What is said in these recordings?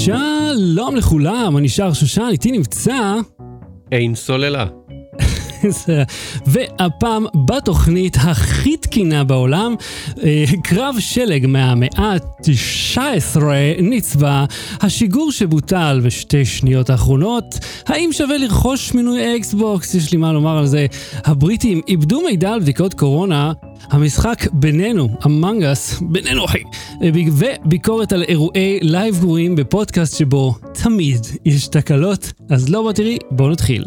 שלום לכולם, אני שר שושן, איתי נמצא... אין סוללה. והפעם בתוכנית הכי תקינה בעולם, קרב שלג מהמאה ה-19 נצבע, השיגור שבוטל בשתי שניות האחרונות, האם שווה לרכוש מנוי אקסבוקס, יש לי מה לומר על זה, הבריטים איבדו מידע על בדיקות קורונה, המשחק בינינו, אמונג אס, בינינו אחי, וביקורת על אירועי לייב גרועים בפודקאסט שבו תמיד יש תקלות, אז לא תראי, בואו נתחיל.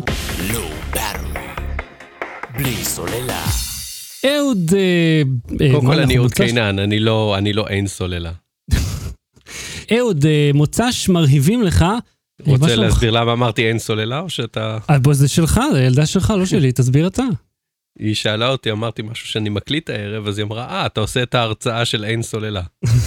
בלי סוללה. אהוד... קודם כל אני אהוד קינן, אני לא אין סוללה. אהוד, מוצ"ש מרהיבים לך. רוצה להסביר למה אמרתי אין סוללה, או שאתה... בוא, זה שלך, זה ילדה שלך, לא שלי, תסביר אתה. היא שאלה אותי, אמרתי משהו שאני מקליט הערב, אז היא אמרה, אתה עושה את ההרצאה של אין סוללה.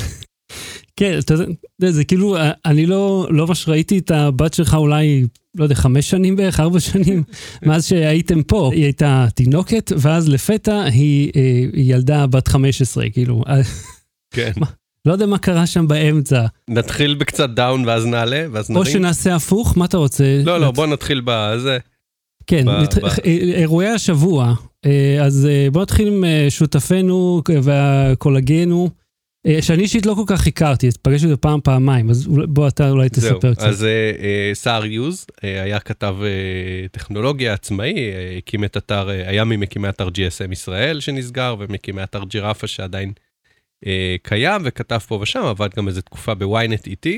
כן, זה כאילו, אני לא ממש ראיתי את הבת שלך אולי, לא יודע, 5 שנים בערך, 4 שנים, מאז שהייתם פה. היא הייתה תינוקת, ואז לפתע היא ילדה בת 15, כאילו. כן. לא יודע מה קרה שם באמצע. נתחיל בקצת דאון ואז נעלה, ואז נרים. או שנעשה הפוך, מה אתה רוצה? לא, בוא נתחיל בזה. כן, אירועי השבוע. אז בוא נתחיל עם שותפנו והקולגנו, שאני אישית לא כל כך הכרתי, פגשתי אותו פעמיים, אז בוא אתה אולי תספר קצת. אז סער יוז היה כתב טכנולוגיה עצמאי, הקים את אתר, היה ממקימי אתר GSM ישראל שנסגר, ומקימי אתר ג'ירפה שעדיין קיים, וכתב פה ושם, עבד גם איזו תקופה בוויינט איתי,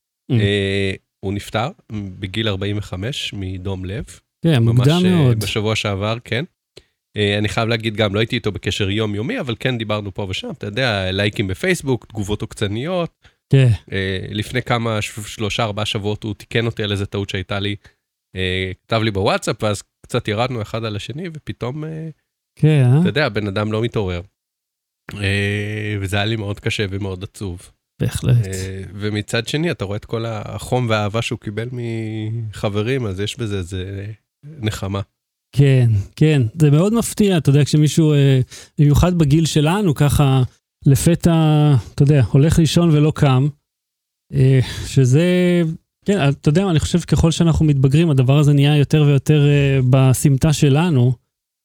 הוא נפטר בגיל 45 מדום לב. כן, מוקדם מאוד. ממש בשבוע שעבר, כן. אני חייב להגיד גם, לא הייתי איתו בקשר יומיומי, אבל כן דיברנו פה ושם, אתה יודע, לייקים בפייסבוק, תגובות עוקצניות. כן. לפני כמה 3-4 שבועות הוא תיקן אותי על איזה טעות שהייתה לי, כתב לי בוואטסאפ, ואז קצת ירדנו אחד על השני, ופתאום, כן, אתה יודע, בן אדם לא מתעורר. וזה היה לי מאוד קשה ומאוד עצוב. בהחלט. ומצד שני, אתה רואה את כל החום והאהבה שהוא קיבל מחברים, אז יש בזה איזה נחמה. כן, כן, זה מאוד מפתיע, אתה יודע, כשמישהו, במיוחד בגיל שלנו, ככה לפתע, אתה יודע, הולך לישון ולא קם, שזה, כן, אתה יודע, אני חושב ככל שאנחנו מתבגרים, הדבר הזה נהיה יותר ויותר בסמטה שלנו,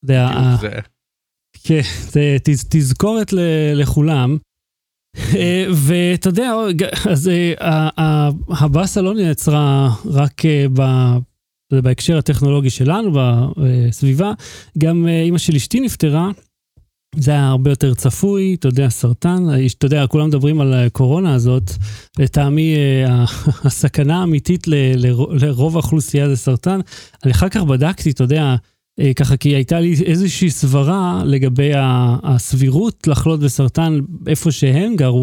כן, זה תזכורת לכולם, ואתה יודע, אז הבאסה לא נעצרה רק בהקשר הטכנולוגי שלנו, בסביבה, גם אמא של אשתי נפטרה, זה היה הרבה יותר צפוי, אתה יודע, סרטן, אתה יודע, כולם מדברים על הקורונה הזאת, לטעמי הסכנה האמיתית לרוב האוכלוסייה זה סרטן, אני אחר כך בדקתי, אתה יודע, ככה כי הייתה לי איזושהי סברה לגבי הסבירות לחלות בסרטן איפה שהם גרו,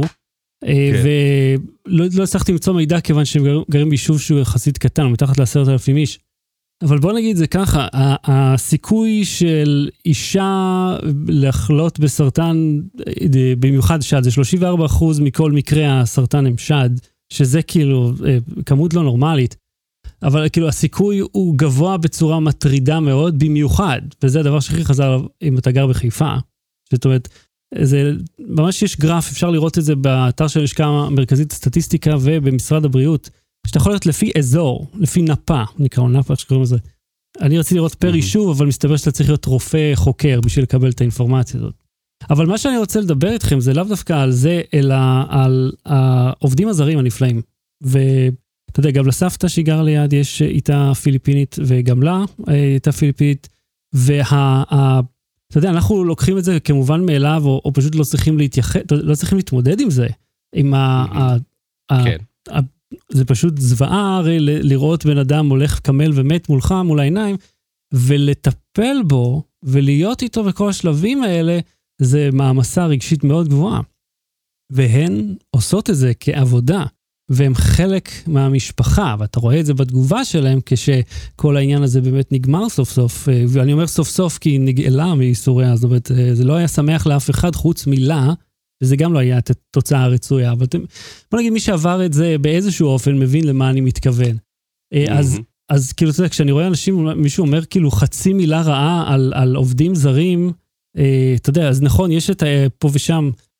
ולא הצלחתי למצוא מידע כיוון שהם גרים ביישוב שהוא יחסית קטן, מתחת ל10,000 איש. אבל בוא נגיד זה ככה, הסיכוי של אישה לחלות בסרטן, במיוחד שד, זה 34% מכל מקרה הסרטן הם שד, שזה כאילו כמות לא נורמלית, אבל כאילו הסיכוי הוא גבוה בצורה מטרידה מאוד במיוחד, וזה הדבר שהכי חזר אם אתה גר בחיפה, זאת אומרת, זה, ממש יש גרף, אפשר לראות את זה באתר של לשכה המרכזית סטטיסטיקה ובמשרד הבריאות, שאתה יכול לראות לפי אזור, לפי נפה, נקרא נפה, איך שקוראים לזה. אני רציתי לראות פר יישוב, אבל מסתבר שאתה צריך להיות רופא חוקר בשביל לקבל את האינפורמציה הזאת. אבל מה שאני רוצה לדבר איתכם זה לאו דווקא על זה, אלא על העובדים הזרים הנפלאים. ואתה יודע, גם לסבתא שגר ליד יש איתה פיליפינית, וגם לה איתה פיליפינית, אתה יודע, אנחנו לוקחים את זה כמובן מאליו, או פשוט לא צריכים לא צריכים להתמודד עם זה. עם כן. זה פשוט זוועה הרי לראות בן אדם הולך כמל ומת מולך, מול העיניים, ולטפל בו, ולהיות איתו בכל השלבים האלה, זה מעמסה רגשית מאוד גבוהה. והן עושות את זה כעבודה, והם חלק מהמשפחה, ואתה רואה את זה בתגובה שלהם, כשכל העניין הזה באמת נגמר סוף סוף, ואני אומר סוף סוף כי היא נגאלה מייסוריה, זאת אומרת, זה לא היה שמח לאף אחד חוץ מילה, וזה גם לא היה את התוצאה הרצויה, אבל בוא נגיד, מי שעבר את זה באיזשהו אופן מבין למה אני מתכוון. אז כאילו, אתה יודע, כשאני רואה אנשים, מישהו אומר כאילו חצי מילה רעה על עובדים זרים, אתה יודע, אז נכון, יש את פה ושם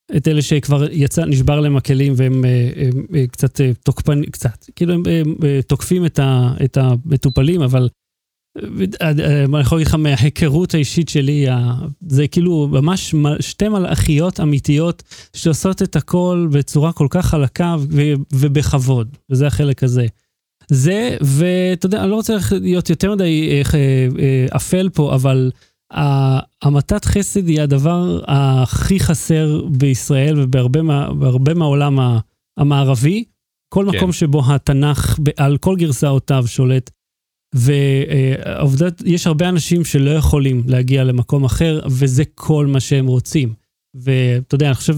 את אלה שכבר נשבר להם הכלים והם קצת תוקפנים, קצת, כאילו הם תוקפים את המטופלים, אבל אני יכול להגיד לך מההיכרות האישית שלי, זה כאילו ממש שתי מלאכיות אמיתיות שעושות את הכל בצורה כל כך חלקה ובכבוד, וזה החלק הזה. זה, ואתה יודע, אני לא רוצה להיות יותר מדי אפל פה, אבל המתת חסד היא הדבר הכי חסר בישראל ובהרבה מהעולם המערבי, כל מקום שבו התנ"ך על כל גרסאותיו שולט, ועובדת, יש הרבה אנשים שלא יכולים להגיע למקום אחר, וזה כל מה שהם רוצים. ואתה יודע, אני חושב,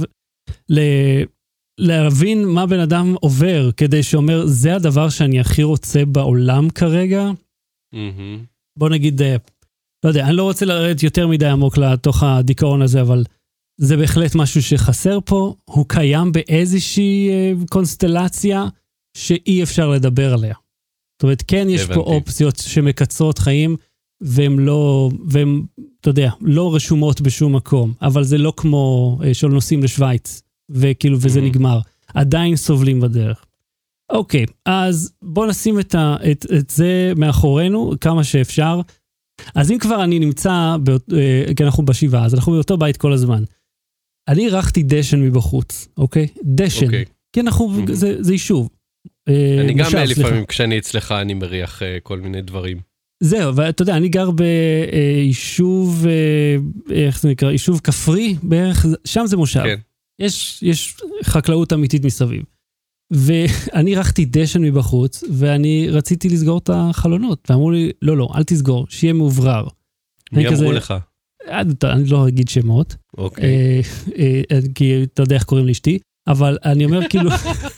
להבין מה בן אדם עובר, כדי שאומר, זה הדבר שאני הכי רוצה בעולם כרגע. בוא נגיד, לא יודע, אני לא רוצה לרדת יותר מדי עמוק לתוך הדיכאון הזה, אבל זה בהחלט משהו שחסר פה, הוא קיים באיזושהי קונסטלציה, שאי אפשר לדבר עליה. זאת אומרת, כן יש פה אופציות שמקצרות חיים, והן לא, אתה יודע, לא רשומות בשום מקום, אבל זה לא כמו של נוסעים לשוויץ, וכאילו, וזה נגמר. עדיין סובלים בדרך. אוקיי, אז בוא נשים את זה מאחורינו, כמה שאפשר. אז אם כבר אני נמצא, כי אנחנו בשבעה, אז אנחנו באותו בית כל הזמן. אני ערכתי דשן מבחוץ, אוקיי? דשן. כי אנחנו, זה יישוב. אני גם לפעמים כשאני אצלך אני מריח כל מיני דברים. זהו, ואתה יודע, אני גר ביישוב, איך זה נקרא? יישוב כפרי בערך, שם זה מושב. יש חקלאות אמיתית מסביב. ואני ערכתי דשן מבחוץ, ואני רציתי לסגור את החלונות, ואמרו לי, לא, אל תסגור, שיהיה מאוברר. מי אמרו לך? אני לא אגיד שמות. אוקיי. כי אתה יודע איך קוראים לאשתי, אבל אני אומר כאילו...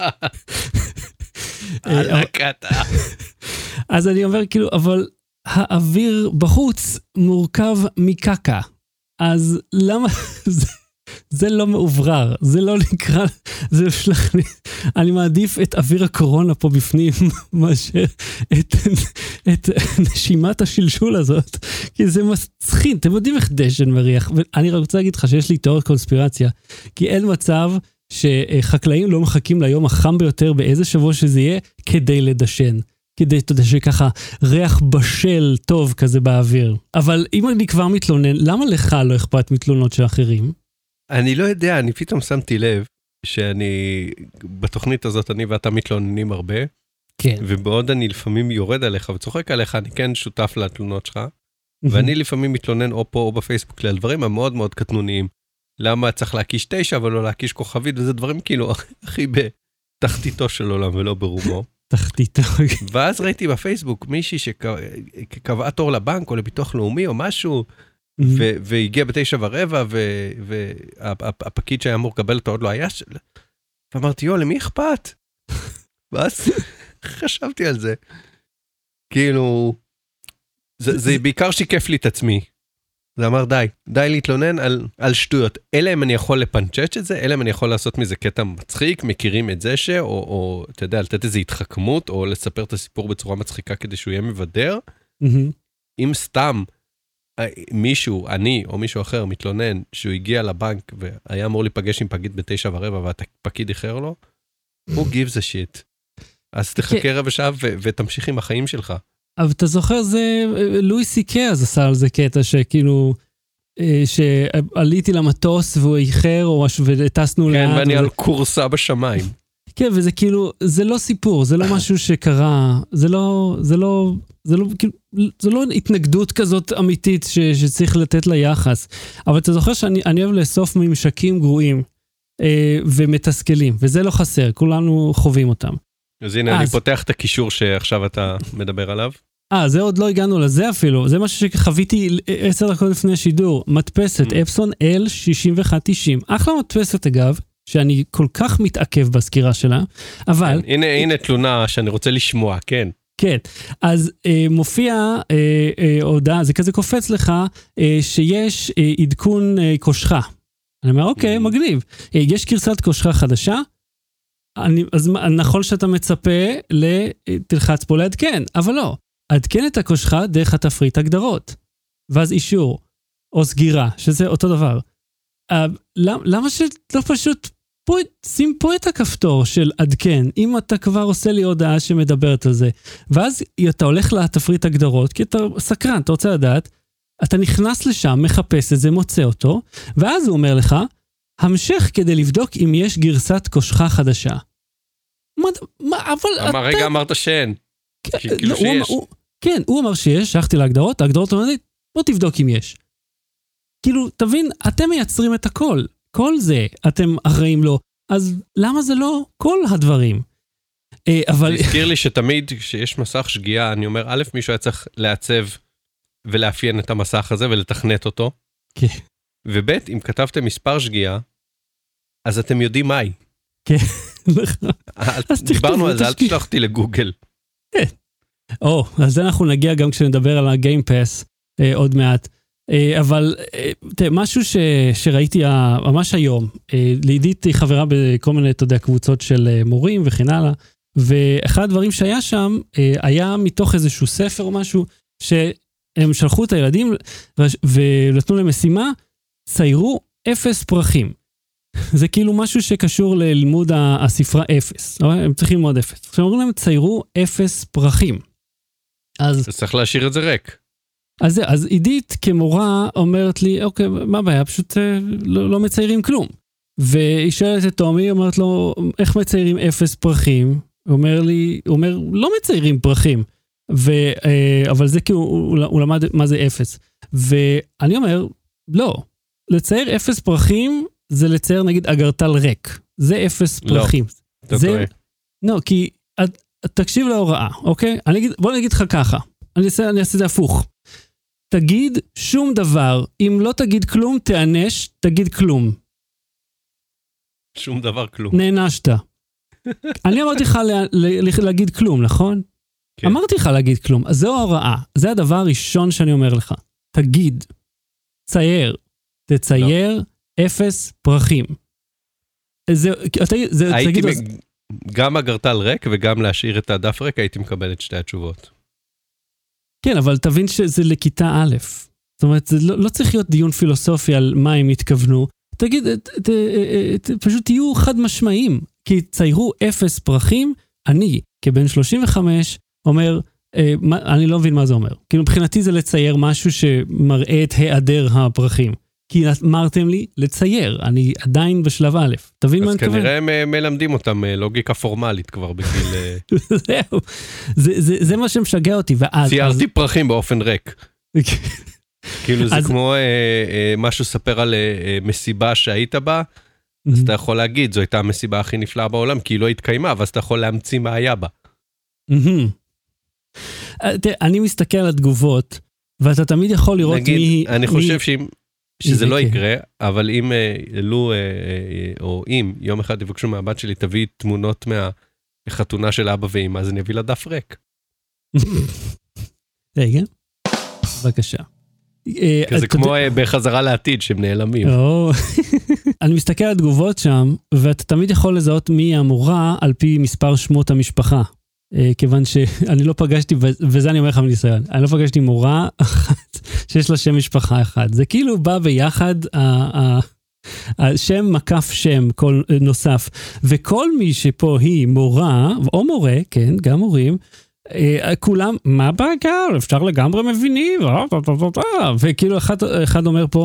אז אני אומר כאילו, אבל האוויר בחוץ מורכב מקקה, אז למה... זה לא מאוברר, זה לא נקרא, זה שלח לי, אני מעדיף את אוויר הקורונה פה בפנים, מאשר את נשימת השלשול הזאת, כי זה מצחין, אתם יודעים איך דשן מריח, ואני רוצה להגיד לך שיש לי תיאוריות קונספירציה, כי אין מצב שחקלאים לא מחכים ליום החם ביותר באיזה שבוע שזה יהיה, כדי לדשן, כדי, אתה יודע, שככה ריח בשל טוב כזה באוויר, אבל אם אני כבר מתלונן, למה לך לא אכפת מתלונות של אחרים? אני לא יודע, אני פתאום שמתי לב שאני, בתוכנית הזאת אני ואתה מתלוננים הרבה, כן. ובעוד אני לפעמים יורד עליך וצוחק עליך, אני כן שותף לתלונות שלך, ואני לפעמים מתלונן או פה או בפייסבוק על דברים המאוד מאוד קטנוניים, למה צריך להקיש 9 ולא להקיש כוכבית, וזה דברים כאילו הכי בתחתיתו של עולם ולא ברומו. תחתיתו. ואז ראיתי בפייסבוק מישהי שקבעה תור לבנק או לביטוח לאומי או משהו, והגיע 9:15, והפקיד שהיה אמור לקבל אותו עוד לא היה, ואמרתי, למי אכפת? ואז חשבתי על זה. כאילו, זה בעיקר שיקף לי את עצמי. זה אמר, די להתלונן על שטויות. אלא אם אני יכול לפנצ'ץ' את זה, אלא אם אני יכול לעשות מזה קטע מצחיק, מכירים את זה או אתה יודע, לתת איזו התחכמות, או לספר את הסיפור בצורה מצחיקה כדי שהוא יהיה מבדר. אם סתם, מישהו, אני או מישהו אחר מתלונן שהוא הגיע לבנק והיה אמור להיפגש עם פקיד 9:15 והפקיד איחר לו, who gives a shit. אז תחכה רבע שעה ותמשיך עם החיים שלך. אבל אתה זוכר, זה לואי סי-קיי אז עשה על זה קטע שכאילו, שעליתי למטוס והוא איחר וטסנו לאט. כן, ואני על קורסה בשמיים. כן, וזה כאילו, זה לא סיפור, זה לא משהו שקרה, זה לא התנגדות כזאת אמיתית שצריך לתת לה יחס. אבל אתה זוכר שאני אוהב לאסוף ממשקים גרועים ומתסכלים, וזה לא חסר, כולנו חווים אותם. אז הנה, אני פותח את הקישור שעכשיו אתה מדבר עליו. זה עוד לא הגענו לזה אפילו, זה משהו שחוויתי 10 דקות לפני השידור, מדפסת, אפסון L6190, אחלה מדפסת אגב, שאני כל כך מתעכב בסקירה שלה, אבל... הנה תלונה שאני רוצה לשמוע, כן. כן, אז מופיע הודעה, זה כזה קופץ לך, שיש עדכון קושחה. אני אומר, אוקיי, מגניב. יש גרסת קושחה חדשה, אז נכון שאתה מצפה תלחץ פה לעדכן, אבל לא. עדכן את הקושחה דרך התפריט הגדרות, ואז אישור, או סגירה, שזה אותו דבר. למה שלא פשוט שים פה את הכפתור של עדכן, אם אתה כבר עושה לי הודעה שמדברת על זה, ואז אתה הולך לתפריט הגדרות, כי אתה סקרן, אתה רוצה לדעת, אתה נכנס לשם, מחפש את זה, מוצא אותו, ואז הוא אומר לך, המשך כדי לבדוק אם יש גרסת קושחה חדשה. אבל אתה... רגע אמרת שאין. כאילו שיש. כן, הוא אמר שיש, שלחתי להגדרות, ההגדרות אומרת, בוא תבדוק אם יש. כאילו, תבין, אתם מייצרים את הכל. כל זה אתם אחראים לו, אז למה זה לא כל הדברים? אבל... תזכיר לי שתמיד כשיש מסך שגיאה, אני אומר, א', מישהו היה צריך לעצב ולאפיין את המסך הזה ולתכנת אותו. כן. וב', אם כתבתם מספר שגיאה, אז אתם יודעים מהי. כן. דיברנו על זה, אל תשלח אותי לגוגל. כן. אז אנחנו נגיע גם כשנדבר על הגיים פאס עוד מעט. אבל משהו שראיתי ממש היום, לידית היא חברה בכל מיני, אתה יודע, קבוצות של מורים וכן הלאה, ואחד הדברים שהיה שם, היה מתוך איזשהו ספר או משהו, שהם שלחו את הילדים ונתנו להם משימה, ציירו 0 פרחים. זה כאילו משהו שקשור ללימוד הספרה 0, הם צריכים ללמוד 0. עכשיו אומרים להם, ציירו 0 פרחים. אז צריך להשאיר את זה ריק. אז עידית כמורה אומרת לי, אוקיי, מה הבעיה? פשוט לא מציירים כלום. והיא שואלת את תומי, אומרת לו, איך מציירים 0 פרחים? הוא אומר, לא מציירים פרחים. אבל זה כאילו, הוא למד מה זה 0. ואני אומר, לא, לצייר 0 פרחים, זה לצייר נגיד אגרטל ריק. זה 0 פרחים. לא, אתה טועה. לא, כי תקשיב להוראה, אוקיי? בוא נגיד לך ככה, אני אעשה את זה הפוך. תגיד שום דבר, אם לא תגיד כלום, תענש, תגיד כלום. שום דבר כלום. נענשת. אני אמרתי לך להגיד כלום, נכון? כן. אמרתי לך להגיד כלום, אז זו ההוראה, זה הדבר הראשון שאני אומר לך. תגיד, תצייר 0 פרחים. הייתי גם אגרטל ריק וגם להשאיר את הדף ריק, הייתי מקבל את שתי התשובות. כן, אבל תבין שזה לכיתה א'. זאת אומרת, לא צריך להיות דיון פילוסופי על מה הם התכוונו. תגיד, פשוט תהיו חד משמעיים. כי ציירו 0 פרחים, אני, כבן 35, אומר, אני לא מבין מה זה אומר. כאילו, מבחינתי זה לצייר משהו שמראה את היעדר הפרחים. כי אמרתם לי לצייר, אני עדיין בשלב א'. תבין מה אני מתכוון? אז כנראה הם מלמדים אותם לוגיקה פורמלית כבר בגיל... זהו, זה מה שמשגע אותי. ציירתי פרחים באופן ריק. כאילו זה כמו משהו ספר על מסיבה שהיית בה, אז אתה יכול להגיד, זו הייתה המסיבה הכי נפלאה בעולם, כי היא לא התקיימה, ואז אתה יכול להמציא מה היה בה. אני מסתכל על התגובות, ואתה תמיד יכול לראות מי... אני חושב שזה לא יקרה, אבל אם אלו, או אם יום אחד יבקשו מהבת שלי, תביא תמונות מהחתונה של אבא ואמא, אז אני אביא לה דף ריק. רגע, בבקשה. זה כמו בחזרה לעתיד שהם נעלמים. אני מסתכל על התגובות שם, ואתה תמיד יכול לזהות מי המורה על פי מספר שמות המשפחה. כיוון שאני לא פגשתי, וזה אני אומר לך מניסיון, אני לא פגשתי מורה אחת שיש לה שם משפחה אחד. זה כאילו בא ביחד, השם מקף שם נוסף, וכל מי שפה היא מורה, או מורה, כן, גם מורים, כולם, מה בעגל? אפשר לגמרי מבינים, וכאילו אחד אומר פה,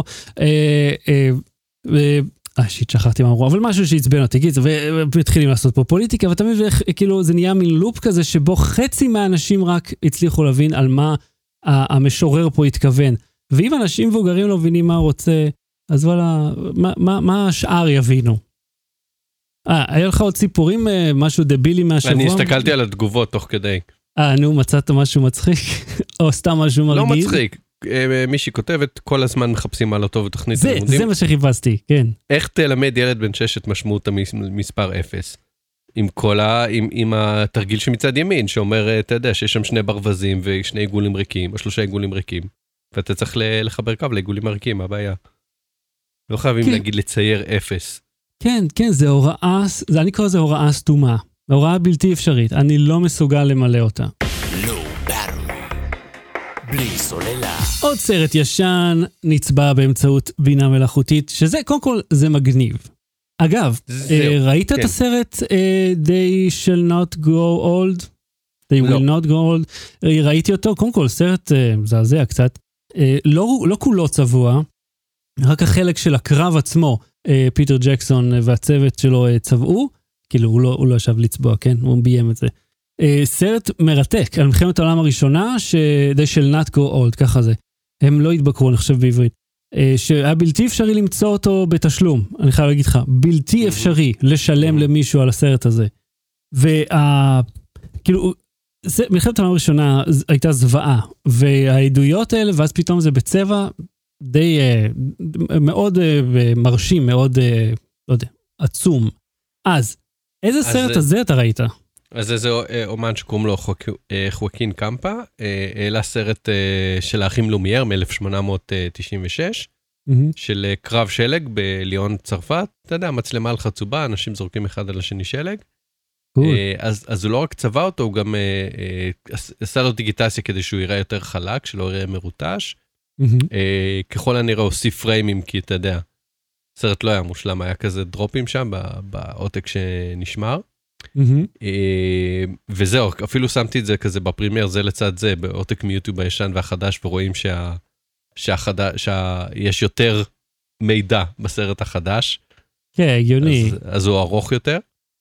שיט, שכחתי מה אמרו, אבל משהו שהצבן אותי, והתחילים לעשות פה פוליטיקה, ותמיד כאילו זה נהיה מין לופ כזה, שבו חצי מהאנשים רק הצליחו להבין על מה המשורר פה התכוון, ואם אנשים מבוגרים לא מבינים מה הוא רוצה, אז וואלה, מה השאר יבינו? היה לך עוד סיפורים, משהו דבילי מהשבוע? אני הסתכלתי על התגובות תוך כדי. נו, מצאת משהו מצחיק? או סתם משהו מרגיז? לא מצחיק. מישהי כותבת, כל הזמן מחפשים על אותו ותכנית לימודים. זה מה שחיפשתי, כן. איך תלמד ילד בן 6 את משמעות המספר 0? עם התרגיל שמצד ימין, שאומר, אתה יודע, שיש שם 2 ברווזים ו2 עיגולים ריקים, או 3 עיגולים ריקים, ואתה צריך לחבר קו לעיגולים הריקים, מה הבעיה? לא חייבים להגיד לצייר 0. כן, כן, זה הוראה, אני קורא לזה הוראה סתומה. הוראה בלתי אפשרית, אני לא מסוגל למלא אותה. בלי סוללה. עוד סרט ישן נצבע באמצעות בינה מלאכותית, שזה, קודם כל, זה מגניב. אגב, ראית את הסרט They shall not grow old? They will not grow old? ראיתי אותו, קודם כל, סרט מזעזע קצת. לא כולו צבוע, רק החלק של הקרב עצמו, פיטר ג'קסון והצוות שלו צבעו, כאילו הוא לא ישב לצבוע, כן? הוא ביים את זה. סרט מרתק על מלחמת העולם הראשונה, They shall not grow old, ככה זה. הם לא התבקרו, אני חושב בעברית. שהיה בלתי אפשרי למצוא אותו בתשלום. אני חייב להגיד לך, בלתי אפשרי לשלם למישהו על הסרט הזה. כאילו, מלחמת העולם הראשונה הייתה זוועה, והעדויות האלה, ואז פתאום זה בצבע די מאוד מרשים, מאוד, לא יודע, עצום. אז, איזה סרט הזה אתה ראית? אז איזה אומן שקוראים לו חואקין קמפה, העלה סרט של האחים לומייר מ-1896, של קרב שלג בליון צרפת, אתה יודע, מצלמה על חצובה, אנשים זורקים אחד על השני שלג, אז הוא לא רק צבע אותו, הוא גם עשה לו דיגיטציה כדי שהוא יראה יותר חלק, שלא יראה מרוטש, ככל הנראה הוסיף פריימים, כי אתה יודע, סרט לא היה מושלם, היה כזה דרופים שם, בעותק שנשמר, וזהו, אפילו שמתי את זה כזה בפרימייר, זה לצד זה, בעותק מיוטיוב הישן והחדש, ורואים שיש יותר מידע בסרט החדש. כן, הגיוני. אז הוא ארוך יותר.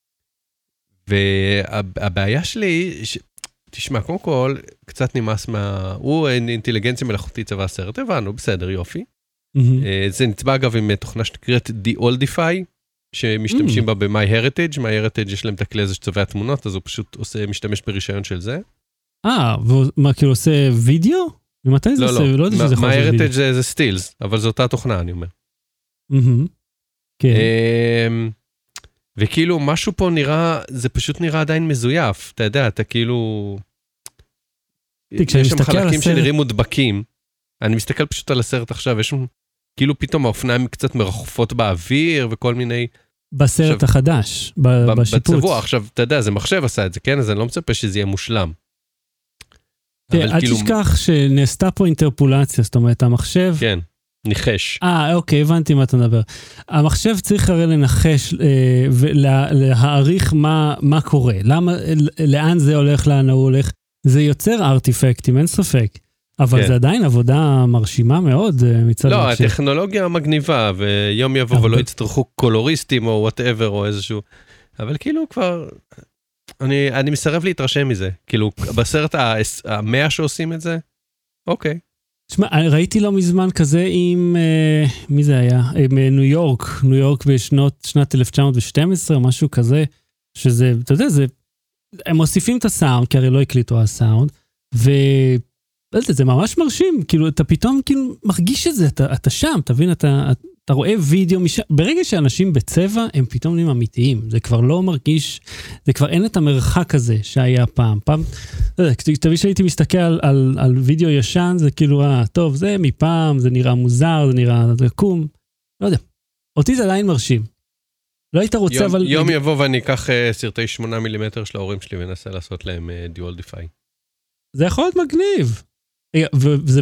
והבעיה שלי, תשמע, קודם כל, קצת נמאס הוא אינטליגנציה מלאכותית צבא הסרט, הבנו, בסדר, יופי. זה נצבע אגב עם תוכנה שנקראת Deoldify, שמשתמשים בה ב-MyHeritage, MyHeritage יש להם את הכלי הזה שצובע תמונות, אז הוא פשוט משתמש ברישיון של זה. ומה, כאילו עושה וידאו? ממתי זה עושה? לא יודע שזה יכול לעשות וידאו. MyHeritage זה סטילס, אבל זו אותה תוכנה, אני אומר. כן. וכאילו משהו פה נראה, זה פשוט נראה עדיין מזויף, אתה יודע, אתה כאילו... יש שם חלקים שנראים מודבקים, אני מסתכל פשוט על הסרט עכשיו, יש שם כאילו פתאום האופניים קצת מרחופות באוויר וכל מיני... בסרט החדש, בשיפוץ. בצבוע, עכשיו, אתה יודע, זה מחשב עשה את זה, כן? אז אני לא מצפה שזה יהיה מושלם. אל תשכח שנעשתה פה אינטרפולציה, זאת אומרת, המחשב... כן, ניחש. אוקיי, הבנתי מה אתה מדבר. המחשב צריך הרי לנחש ולהעריך מה קורה, לאן זה הולך, לאן הוא הולך. זה יוצר ארטיפקטים, אין ספק. אבל זה עדיין עבודה מרשימה מאוד מצד לא, הטכנולוגיה מגניבה, ויום יבוא ולא יצטרכו קולוריסטים או whatever או איזשהו, אבל כאילו כבר, אני מסרב להתרשם מזה, כאילו בסרט 100 שעושים את זה, אוקיי. תשמע, ראיתי לא מזמן כזה עם, מי זה היה? עם ניו יורק בשנת 1912, משהו כזה, שזה, אתה יודע, הם מוסיפים את הסאונד, כי הרי לא הקליטו הסאונד, זה ממש מרשים, כאילו, אתה פתאום כאילו מרגיש את זה, אתה שם, תבין, אתה רואה וידאו, ברגע שאנשים בצבע, הם פתאום נהיים אמיתיים, זה כבר לא מרגיש, זה כבר אין את המרחק הזה שהיה פעם, תבין שהייתי מסתכל על וידאו ישן, זה כאילו, טוב, זה מפעם, זה נראה מוזר, זה נראה דקום, לא יודע, אותי זה עדיין מרשים. לא היית רוצה, אבל... יום יבוא ואני אקח סרטי 8 מילימטר של ההורים שלי, ונסה לעשות להם Deoldify. זה יכול להיות מגניב. וזה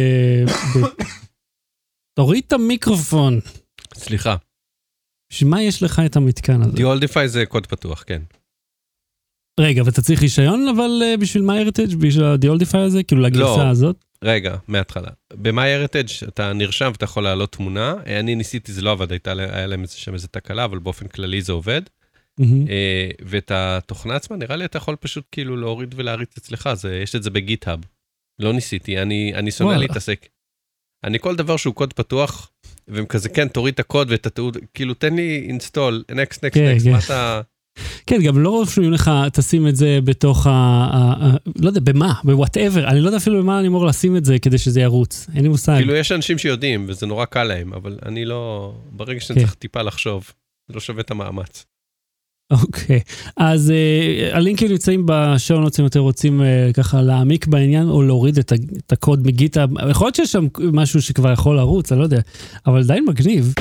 תוריד את המיקרופון. סליחה. שמה יש לך את המתקן הזה? Deoldify זה קוד פתוח, כן. רגע, ואתה צריך רישיון אבל בשביל MyHeritage, בשביל ה-Deoldify הזה, כאילו לגרסה הזאת? רגע, מההתחלה. ב-MyHeritage אתה נרשם ואתה יכול להעלות תמונה, אני ניסיתי, זה לא עבד, היה להם שם איזה תקלה, אבל באופן כללי זה עובד. ואת התוכנה עצמה, נראה לי אתה יכול פשוט כאילו להוריד ולהריץ אצלך, יש את זה בגיט-האב. לא ניסיתי, אני שונא להתעסק. אני כל דבר שהוא קוד פתוח, וכזה כן, תוריד את הקוד ואת התיעוד, כאילו תן לי אינסטול, נקסט, מה אתה... כן, גם לא רושמים לך, תשים את זה בתוך לא יודע, במה, ב-whatever, אני לא יודע אפילו במה אני אמור לשים את זה כדי שזה ירוץ, אין לי מושג. כאילו יש אנשים שיודעים, וזה נורא קל להם, אבל אני לא, ברגע שאני צריך טיפה לחשוב, זה לא שווה את המאמץ. אוקיי, אז הלינקים נמצאים בשואו-נוטס אם אתם רוצים ככה להעמיק בעניין, או להוריד את הקוד מגיטה, יכול להיות שיש שם משהו שכבר יכול לרוץ, אני לא יודע, אבל די מגניב.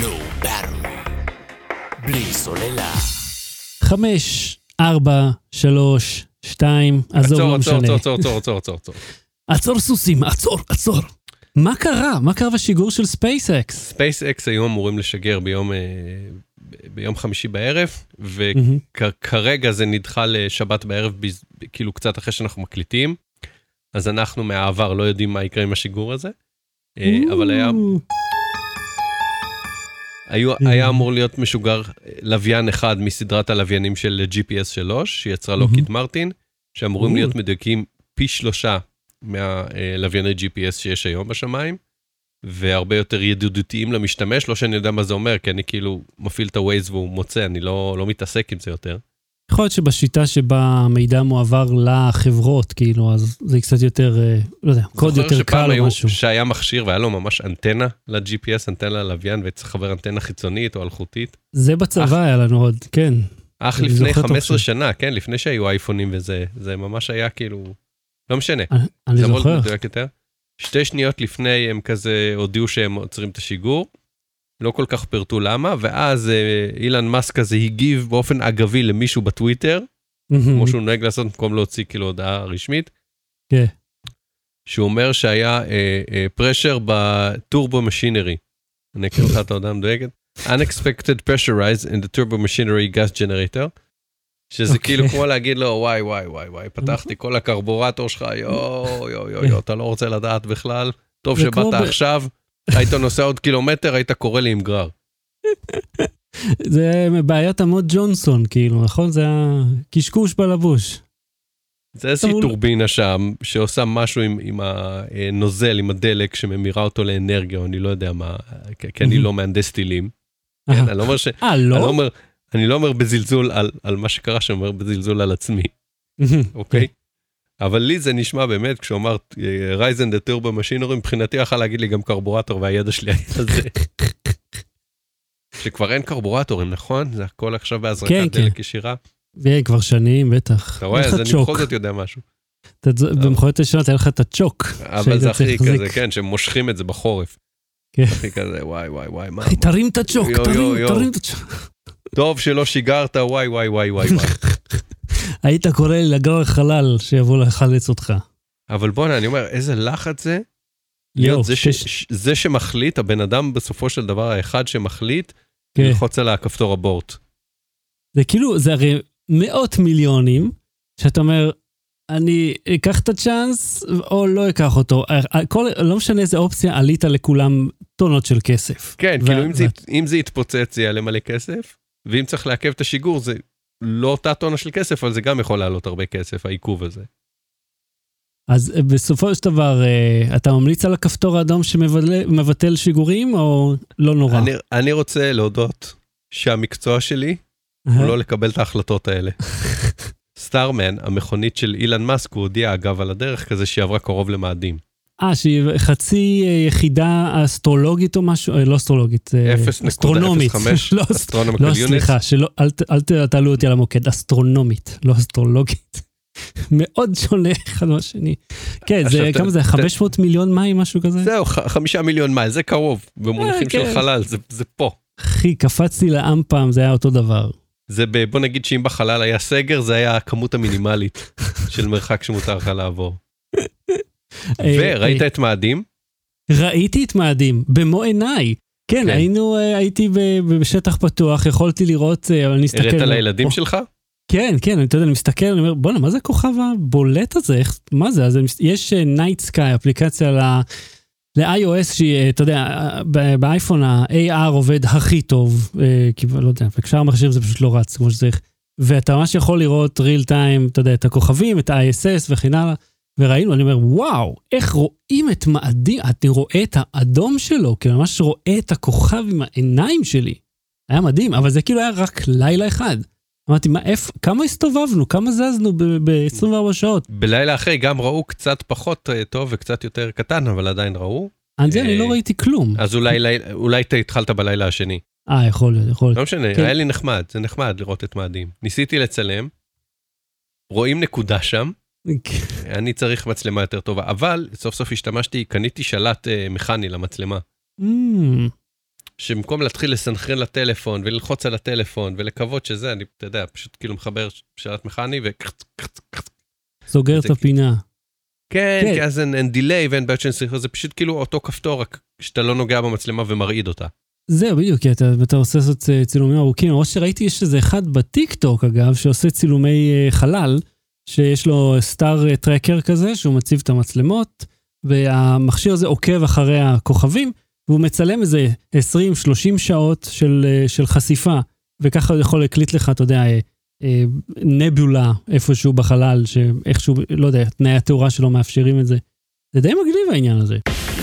בלי סוללה. 5, 4, 3, 2, עזוב לא משנה. עצור. עצור סוסים, עצור. מה קרה? מה קרה בשיגור של ספייסאקס? ספייסאקס היו אמורים לשגר ביום חמישי בערב, וכרגע זה נדחה לשבת בערב, כאילו קצת אחרי שאנחנו מקליטים, אז אנחנו מהעבר לא יודעים מה יקרה עם השיגור הזה, אבל היה אמור להיות משוגר לוויין אחד מסדרת הלוויינים של GPS 3, שיצרה לוקהיד מרטין, שאמורים להיות מדויקים פי 3 מהלווייני GPS שיש היום בשמיים, והרבה יותר ידידותיים למשתמש, לא שאני יודע מה זה אומר, כי אני כאילו מפעיל את הווייז והוא מוצא, אני לא מתעסק עם זה יותר. יכול להיות שבשיטה שבה המידע מועבר לחברות, כאילו, אז זה קצת יותר, לא יודע, קוד יותר קל או משהו. שהיה מכשיר והיה לו ממש אנטנה ל-GPS, אנטנה ללוויין, וצריך לחבר אנטנה חיצונית או אלחוטית. זה בצבא היה לנו עוד, כן. לפני 15 שנה, כן, לפני שהיו אייפונים וזה, זה ממש היה כאילו, לא משנה. אני זוכר. 2 שניות לפני הם כזה הודיעו שהם עוצרים את השיגור, לא כל כך פרטו למה, ואז אילן מאסק כזה הגיב באופן אגבי למישהו בטוויטר, כמו שהוא נוהג לעשות במקום להוציא כאילו הודעה רשמית, שהוא אומר שהיה פרשר בטורבו משינרי, אני אקרא לך את ההודעה המדויקת, unexpected pressure rise in the turbo machinery gas generator, שזה כאילו כמו להגיד לו, וואי, פתחתי כל הקרבורטור שלך, יו, אתה לא רוצה לדעת בכלל, טוב שבאת עכשיו, היית נוסע עוד קילומטר, היית קורא לי עם גרר. זה בעיית עמוד ג'ונסון, כאילו, נכון? זה הקשקוש בלבוש. זה איזושהי טורבינה שם, שעושה משהו עם הנוזל, עם הדלק, שממירה אותו לאנרגיה, או אני לא יודע מה, כי אני לא מהנדס טילים. אני לא אומר ש... אני לא אומר בזלזול על מה שקרה, שאני אומר בזלזול על עצמי. אוקיי? אבל לי זה נשמע באמת, כשהוא אמר, רייזן דה טורבו משינרי, מבחינתי יכל להגיד לי גם קרבורטור, והידע שלי היה זה. שכבר אין קרבורטורים, נכון? זה הכל עכשיו בהזרקת דלק ישירה. כבר שנים, בטח. אתה רואה, אז אני בכל זאת יודע משהו. במכונות ישנות, היה לך את הצ'וק. אבל זה הכי כזה, כן, שמושכים את זה בחורף. הכי כזה, וואי, מה? תרים את הצ'וק, תרים את הצ'וק. טוב שלא שיגרת, וואי. היית קורא לי לגרר חלל שיבוא לחלץ אותך. אבל בוא'נה, אני אומר, איזה לחץ זה? זה שמחליט, הבן אדם בסופו של דבר האחד שמחליט, ללחוץ על הכפתור הבורט. זה כאילו, זה הרי מאות מיליונים, שאתה אומר, אני אקח את הצ'אנס, או לא אקח אותו. לא משנה איזה אופציה, עלית לכולם טונות של כסף. כן, כאילו אם זה יתפוצץ, זה יעלה מלא כסף, ואם צריך לעכב את השיגור, זה לא אותה טונה של כסף, אבל זה גם יכול לעלות הרבה כסף, העיכוב הזה. אז בסופו של דבר, אתה ממליץ על הכפתור האדום שמבטל שיגורים, או לא נורא? אני רוצה להודות שהמקצוע שלי, הוא לא לקבל את ההחלטות האלה. סטארמן, המכונית של אילן מאסק, הוא הודיע אגב על הדרך כזה שהיא עברה קרוב למאדים. שהיא חצי יחידה אסטרולוגית או משהו, לא אסטרולוגית, אסטרונומית. 0.05 אסטרונומיקל יוניט. סליחה, אל תעלו אותי על המוקד, אסטרונומית, לא אסטרולוגית. מאוד שונה אחד מהשני. כן, כמה זה, 500 מיליון מייל, משהו כזה? זהו, 5 מיליון מייל, זה קרוב, במונחים של חלל, זה פה. אחי, קפצתי לעם פעם, זה היה אותו דבר. זה בוא נגיד שאם בחלל היה סגר, זה היה הכמות המינימלית של מרחק שמותר לך לעבור. וראית את מאדים? ראיתי את מאדים, במו עיניי. כן, הייתי בשטח פתוח, יכולתי לראות, אבל אני מסתכל... הראית לילדים שלך? כן, אני מסתכל, אני אומר, בוא'נה, מה זה הכוכב הבולט הזה? מה זה? אז יש Night Sky, אפליקציה ל-iOS שהיא, אתה יודע, באייפון ה-AR עובד הכי טוב, כי לא יודע, כשאר המכשיר זה פשוט לא רץ, כמו שצריך, ואתה ממש יכול לראות real time, אתה יודע, את הכוכבים, את ה-ISS וכן הלאה, וראינו, אני אומר, וואו, איך רואים את מאדים, אני רואה את האדום שלו, כי אני ממש רואה את הכוכב עם העיניים שלי. היה מדהים, אבל זה כאילו היה רק לילה אחד. אמרתי, כמה הסתובבנו, כמה זזנו ב-24 שעות? בלילה אחרי גם ראו קצת פחות טוב וקצת יותר קטן, אבל עדיין ראו. אני לא ראיתי כלום. אז אולי התחלת בלילה השני. יכול להיות. לא משנה, היה לי נחמד, זה נחמד לראות את מאדים. ניסיתי לצלם, רואים נקודה שם, אני צריך מצלמה יותר טובה, אבל סוף סוף קניתי שלט מכני למצלמה. שבמקום להתחיל לסנכרן לטלפון, וללחוץ על הטלפון, ולקוות שזה, אני, אתה יודע, פשוט כאילו מחבר שלט מכני, סוגר את הפינה. כן, כי אז אין דיליי ואין בעיות שאני צריך, זה פשוט כאילו אותו כפתור, רק שאתה לא נוגע במצלמה ומרעיד אותה. זהו, בדיוק, כי אתה עושה צילומים ארוכים, או שראיתי יש איזה אחד בטיק-טוק, אגב, שעושה צילומי חלל, שיש לו סטאר טרקר כזה, שהוא מציב את המצלמות, והמכשיר הזה עוקב אחרי הכוכבים, והוא מצלם איזה 20-30 שעות של חשיפה, וככה הוא יכול להקליט לך, אתה יודע, נבולה איפשהו בחלל, שאיכשהו, לא יודע, תנאי התאורה שלו מאפשרים את זה. זה די מגניב העניין הזה.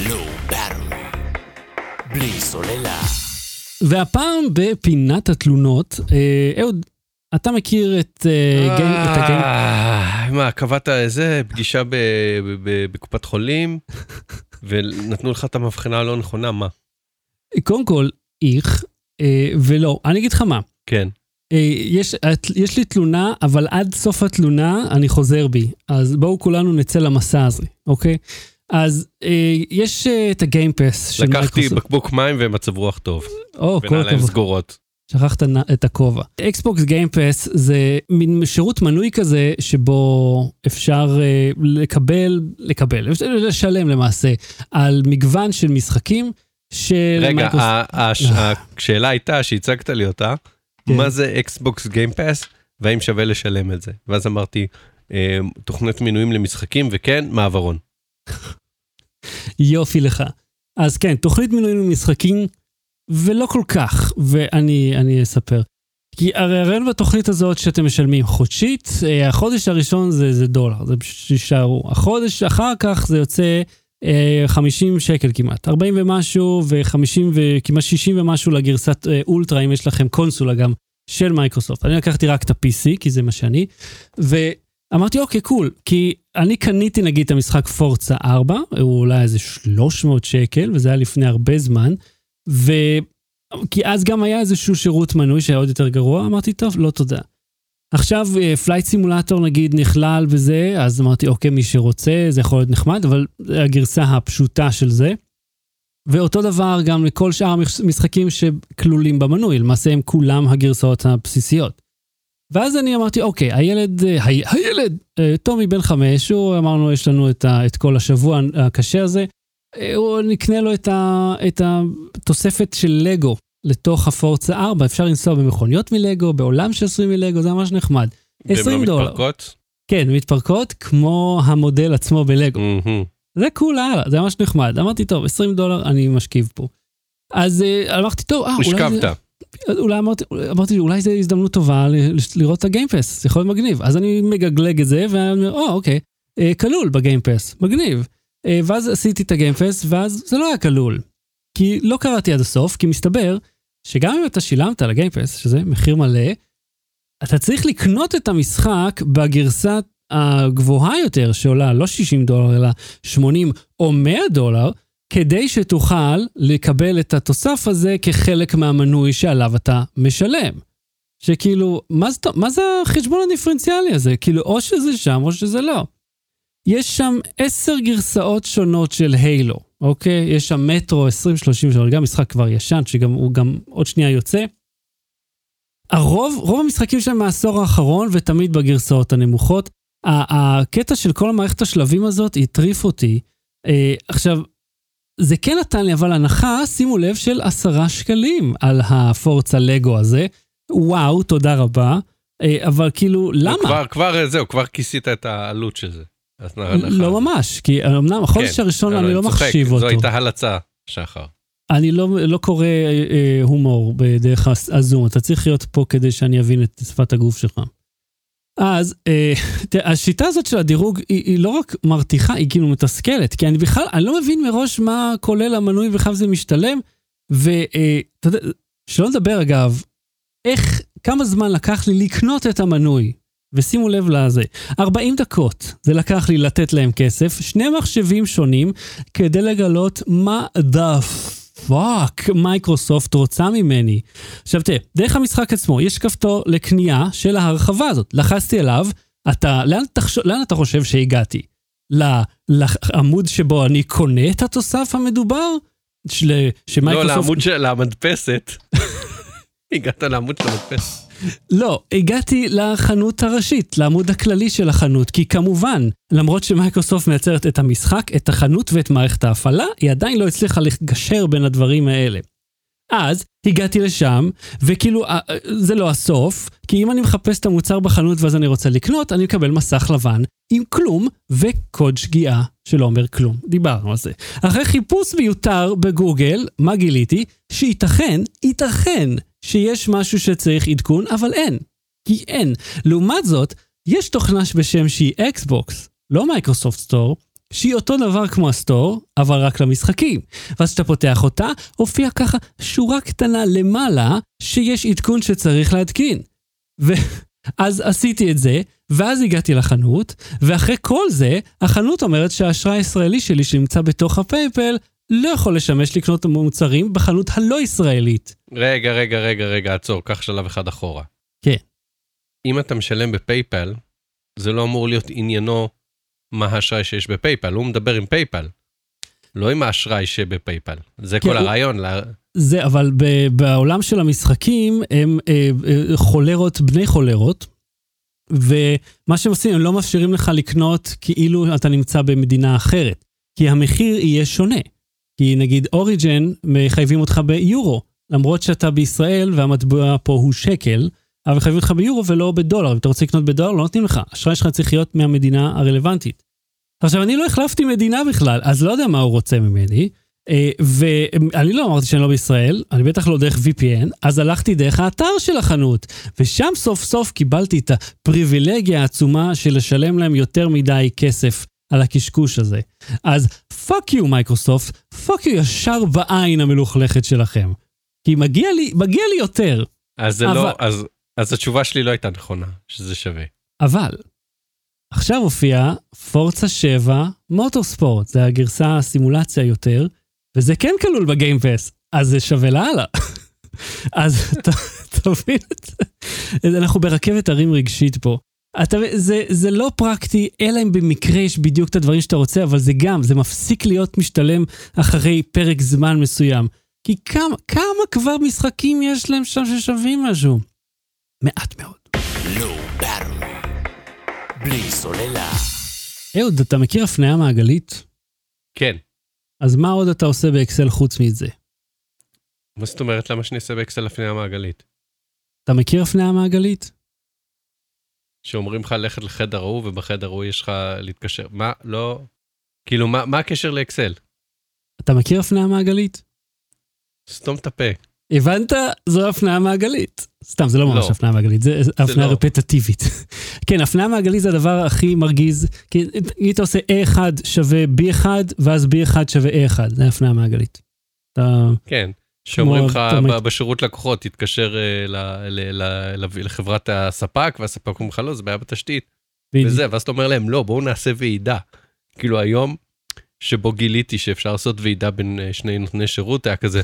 בלי סוללה. והפעם בפינת התלונות, אהוד, אתה מכיר את הגיים? מה, קבעת איזה פגישה בקופת חולים, ונתנו לך את המבחנה הלא נכונה, מה? קודם כל, ולא, אני אגיד לך מה. כן. יש לי תלונה, אבל עד סוף התלונה אני חוזר בי. אז בואו כולנו נצא למסע הזה, אוקיי? אז יש את הגיימפס של מייקרוסופט. לקחתי בקבוק מים ומצב רוח טוב. ונעליים סגורות. שכחת את הכובע. אקסבוקס גיימפס זה מין שירות מנוי כזה, שבו אפשר לשלם למעשה, על מגוון של משחקים של מייקרוסופט. רגע, השאלה הייתה שהצגת לי אותה, מה זה אקסבוקס גיימפס, והאם שווה לשלם את זה. ואז אמרתי, תוכנית מינויים למשחקים, וכן, מעברון. יופי לך. אז כן, תוכנית מינויים למשחקים, ולא כל כך, ואני אספר. כי הרי בתוכנית הזאת שאתם משלמים חודשית, החודש הראשון זה $1, זה פשוט שישארו. החודש אחר כך זה יוצא 50 שקל כמעט, 40 ומשהו, ו50 וכמעט 60 ומשהו לגרסת אולטרה, אם יש לכם קונסולה גם של מייקרוסופט. אני לקחתי רק את ה-PC, כי זה מה שאני, ואמרתי, אוקיי, קול, כי אני קניתי נגיד את המשחק פורצה 4, הוא אולי איזה 300 שקל, וזה היה לפני הרבה זמן, כי אז גם היה איזשהו שירות מנוי שהיה עוד יותר גרוע, אמרתי, טוב, לא תודה. עכשיו, פלייט סימולטור נגיד נכלל בזה, אז אמרתי, אוקיי, מי שרוצה, זה יכול להיות נחמד, אבל הגרסה הפשוטה של זה. ואותו דבר גם לכל שאר המשחקים שכלולים במנוי, למעשה הם כולם הגרסאות הבסיסיות. ואז אני אמרתי, אוקיי, הילד, טומי בן 5, הוא אמרנו, יש לנו את כל השבוע הקשה הזה, הוא נקנה לו את התוספת של לגו לתוך הפורצה 4, אפשר לנסוע במכוניות מלגו, בעולם שעשויים מלגו, זה ממש נחמד. $20. ומתפרקות? כן, מתפרקות כמו המודל עצמו בלגו. זה קול, זה ממש נחמד. אמרתי, טוב, $20 אני משכיב פה. אז אמרתי, טוב, אולי זה הזדמנות טובה לראות את הגיימפס, זה יכול להיות מגניב. אז אני מגגלג את זה, ואני אומר, אוקיי, כלול בגיימפס, מגניב. ואז עשיתי את הגיימפס, ואז זה לא היה כלול. כי לא קראתי עד הסוף, כי מסתבר שגם אם אתה שילמת על הגיימפס, שזה מחיר מלא, אתה צריך לקנות את המשחק בגרסה הגבוהה יותר, שעולה לא $60, אלא 80 או $100, כדי שתוכל לקבל את התוסף הזה כחלק מהמנוי שעליו אתה משלם. שכאילו, מה זה החשבון הדיפרנציאלי הזה? כאילו, או שזה שם או שזה לא. יש שם 10 גרסאות שונות של הילו, אוקיי? יש שם מטרו 2033, גם משחק כבר ישן, שהוא גם עוד שנייה יוצא. רוב המשחקים שלהם מהעשור האחרון, ותמיד בגרסאות הנמוכות. הקטע של כל המערכת השלבים הזאת הטריף אותי. עכשיו, זה כן נתן לי, אבל הנחה, שימו לב, של 10 שקלים על הפורצה לגו הזה. וואו, תודה רבה. אבל כאילו, למה? כבר כיסית את העלות של זה. לא ממש, כי אמנם החודש הראשון אני לא מחשיב אותו. זו הייתה הלצה, שחר. אני לא קורא הומור בדרך הזום, אתה צריך להיות פה כדי שאני אבין את שפת הגוף שלך. אז השיטה הזאת של הדירוג היא לא רק מרתיחה, היא כאילו מתסכלת, כי אני לא מבין מראש מה כולל המנוי וכמה זה משתלם, שלא נדבר אגב, כמה זמן לקח לי לקנות את המנוי, ושימו לב לזה, 40 דקות זה לקח לי לתת להם כסף, 2 מחשבים שונים, כדי לגלות מה the fuck מייקרוסופט רוצה ממני. עכשיו תראה, דרך המשחק עצמו, יש כפתור לקנייה של ההרחבה הזאת, לחצתי אליו, לאן אתה חושב שהגעתי? לעמוד שבו אני קונה את התוסף המדובר? לא, לעמוד של המדפסת. הגעת לעמוד של המדפסת. לא, הגעתי לחנות הראשית, לעמוד הכללי של החנות, כי כמובן, למרות שמייקרוסופט מייצרת את המשחק, את החנות ואת מערכת ההפעלה, היא עדיין לא הצליחה לגשר בין הדברים האלה. אז הגעתי לשם, וכאילו זה לא הסוף, כי אם אני מחפש את המוצר בחנות ואז אני רוצה לקנות, אני מקבל מסך לבן עם כלום וקוד שגיאה שלא אומר כלום. דיברנו על זה. אחרי חיפוש מיותר בגוגל, מה גיליתי? שייתכן שיש משהו שצריך עדכון, אבל אין. כי אין. לעומת זאת, יש תוכנה בשם שהיא אקסבוקס, לא מייקרוסופט סטור, שהיא אותו דבר כמו הסטור, אבל רק למשחקים. ואז שאתה פותח אותה, הופיע ככה שורה קטנה למעלה, שיש עדכון שצריך להתקין. ואז עשיתי את זה, ואז הגעתי לחנות, ואחרי כל זה, החנות אומרת שהאשראי הישראלי שלי שנמצא בתוך הפייפל, לא יכול לשמש לקנות מוצרים בחנות הלא ישראלית. רגע, עצור, קח שלב אחד אחורה. כן. אם אתה משלם בפייפל, זה לא אמור להיות עניינו מה האשראי שיש בפייפל, הוא מדבר עם פייפל, לא עם האשראי שבפייפל. זה כל הרעיון. זה, אבל בעולם של המשחקים, הם חולרות, בני חולרות, ומה שהם עושים, הם לא מאפשרים לך לקנות כאילו אתה נמצא במדינה אחרת, כי המחיר יהיה שונה. כי נגיד אוריג'ן מחייבים אותך ביורו, למרות שאתה בישראל והמטבע פה הוא שקל, אבל חייבים אותך ביורו ולא בדולר. אם אתה רוצה לקנות בדולר, לא נותנים לך. אשראי שלך צריך להיות מהמדינה הרלוונטית. עכשיו, אני לא החלפתי מדינה בכלל, אז לא יודע מה הוא רוצה ממני, ואני לא אמרתי שאני לא בישראל, אני בטח לא דרך VPN, אז הלכתי דרך האתר של החנות, ושם סוף סוף קיבלתי את הפריבילגיה העצומה של לשלם להם יותר מדי כסף על הקשקוש הזה. אז פאק יו מייקרוסופט, פאק יו ישר בעין המלוכלכת שלכם. כי מגיע לי יותר. אז התשובה שלי לא הייתה נכונה, שזה שווה. אבל, עכשיו הופיע פורצה 7 מוטורספורט, זה הגרסה הסימולציה יותר, וזה כן כלול בגיימפס, אז זה שווה להלאה. אז תבין את זה. אנחנו ברכבת הרים רגשית פה. זה לא פרקטי, אלא אם במקרה יש בדיוק את הדברים שאתה רוצה, אבל זה מפסיק להיות משתלם אחרי פרק זמן מסוים. כי כמה כבר משחקים יש להם שם ששווים משהו? מעט מאוד. בלי סוללה. אהוד, אתה מכיר הפניה מעגלית? כן. אז מה עוד אתה עושה באקסל חוץ מזה? מה זאת אומרת? למה שאני אעשה באקסל הפניה מעגלית? אתה מכיר הפניה מעגלית? שאומרים לך ללכת לחדר ההוא, ובחדר ההוא יש לך להתקשר. מה? לא... כאילו, מה הקשר לאקסל? אתה מכיר הפניה מעגלית? סתום את הפה. הבנת? זו הפניה מעגלית. סתם, זה לא ממש הפניה מעגלית, זה הפניה רפטטיבית. כן, הפניה מעגלית זה הדבר הכי מרגיז, כי אם אתה עושה A1 שווה B1, ואז B1 שווה A1, זה הפניה מעגלית. כן, שאומרים לך בשירות לקוחות, תתקשר לחברת הספק, והספק אומר לך לא, זה בעיה בתשתית. וזה, ואז אתה אומר להם, לא, בואו נעשה ועידה. כאילו היום, שבו גיליתי שאפשר לעשות ועידה בין שני נותני שירות, היה כזה...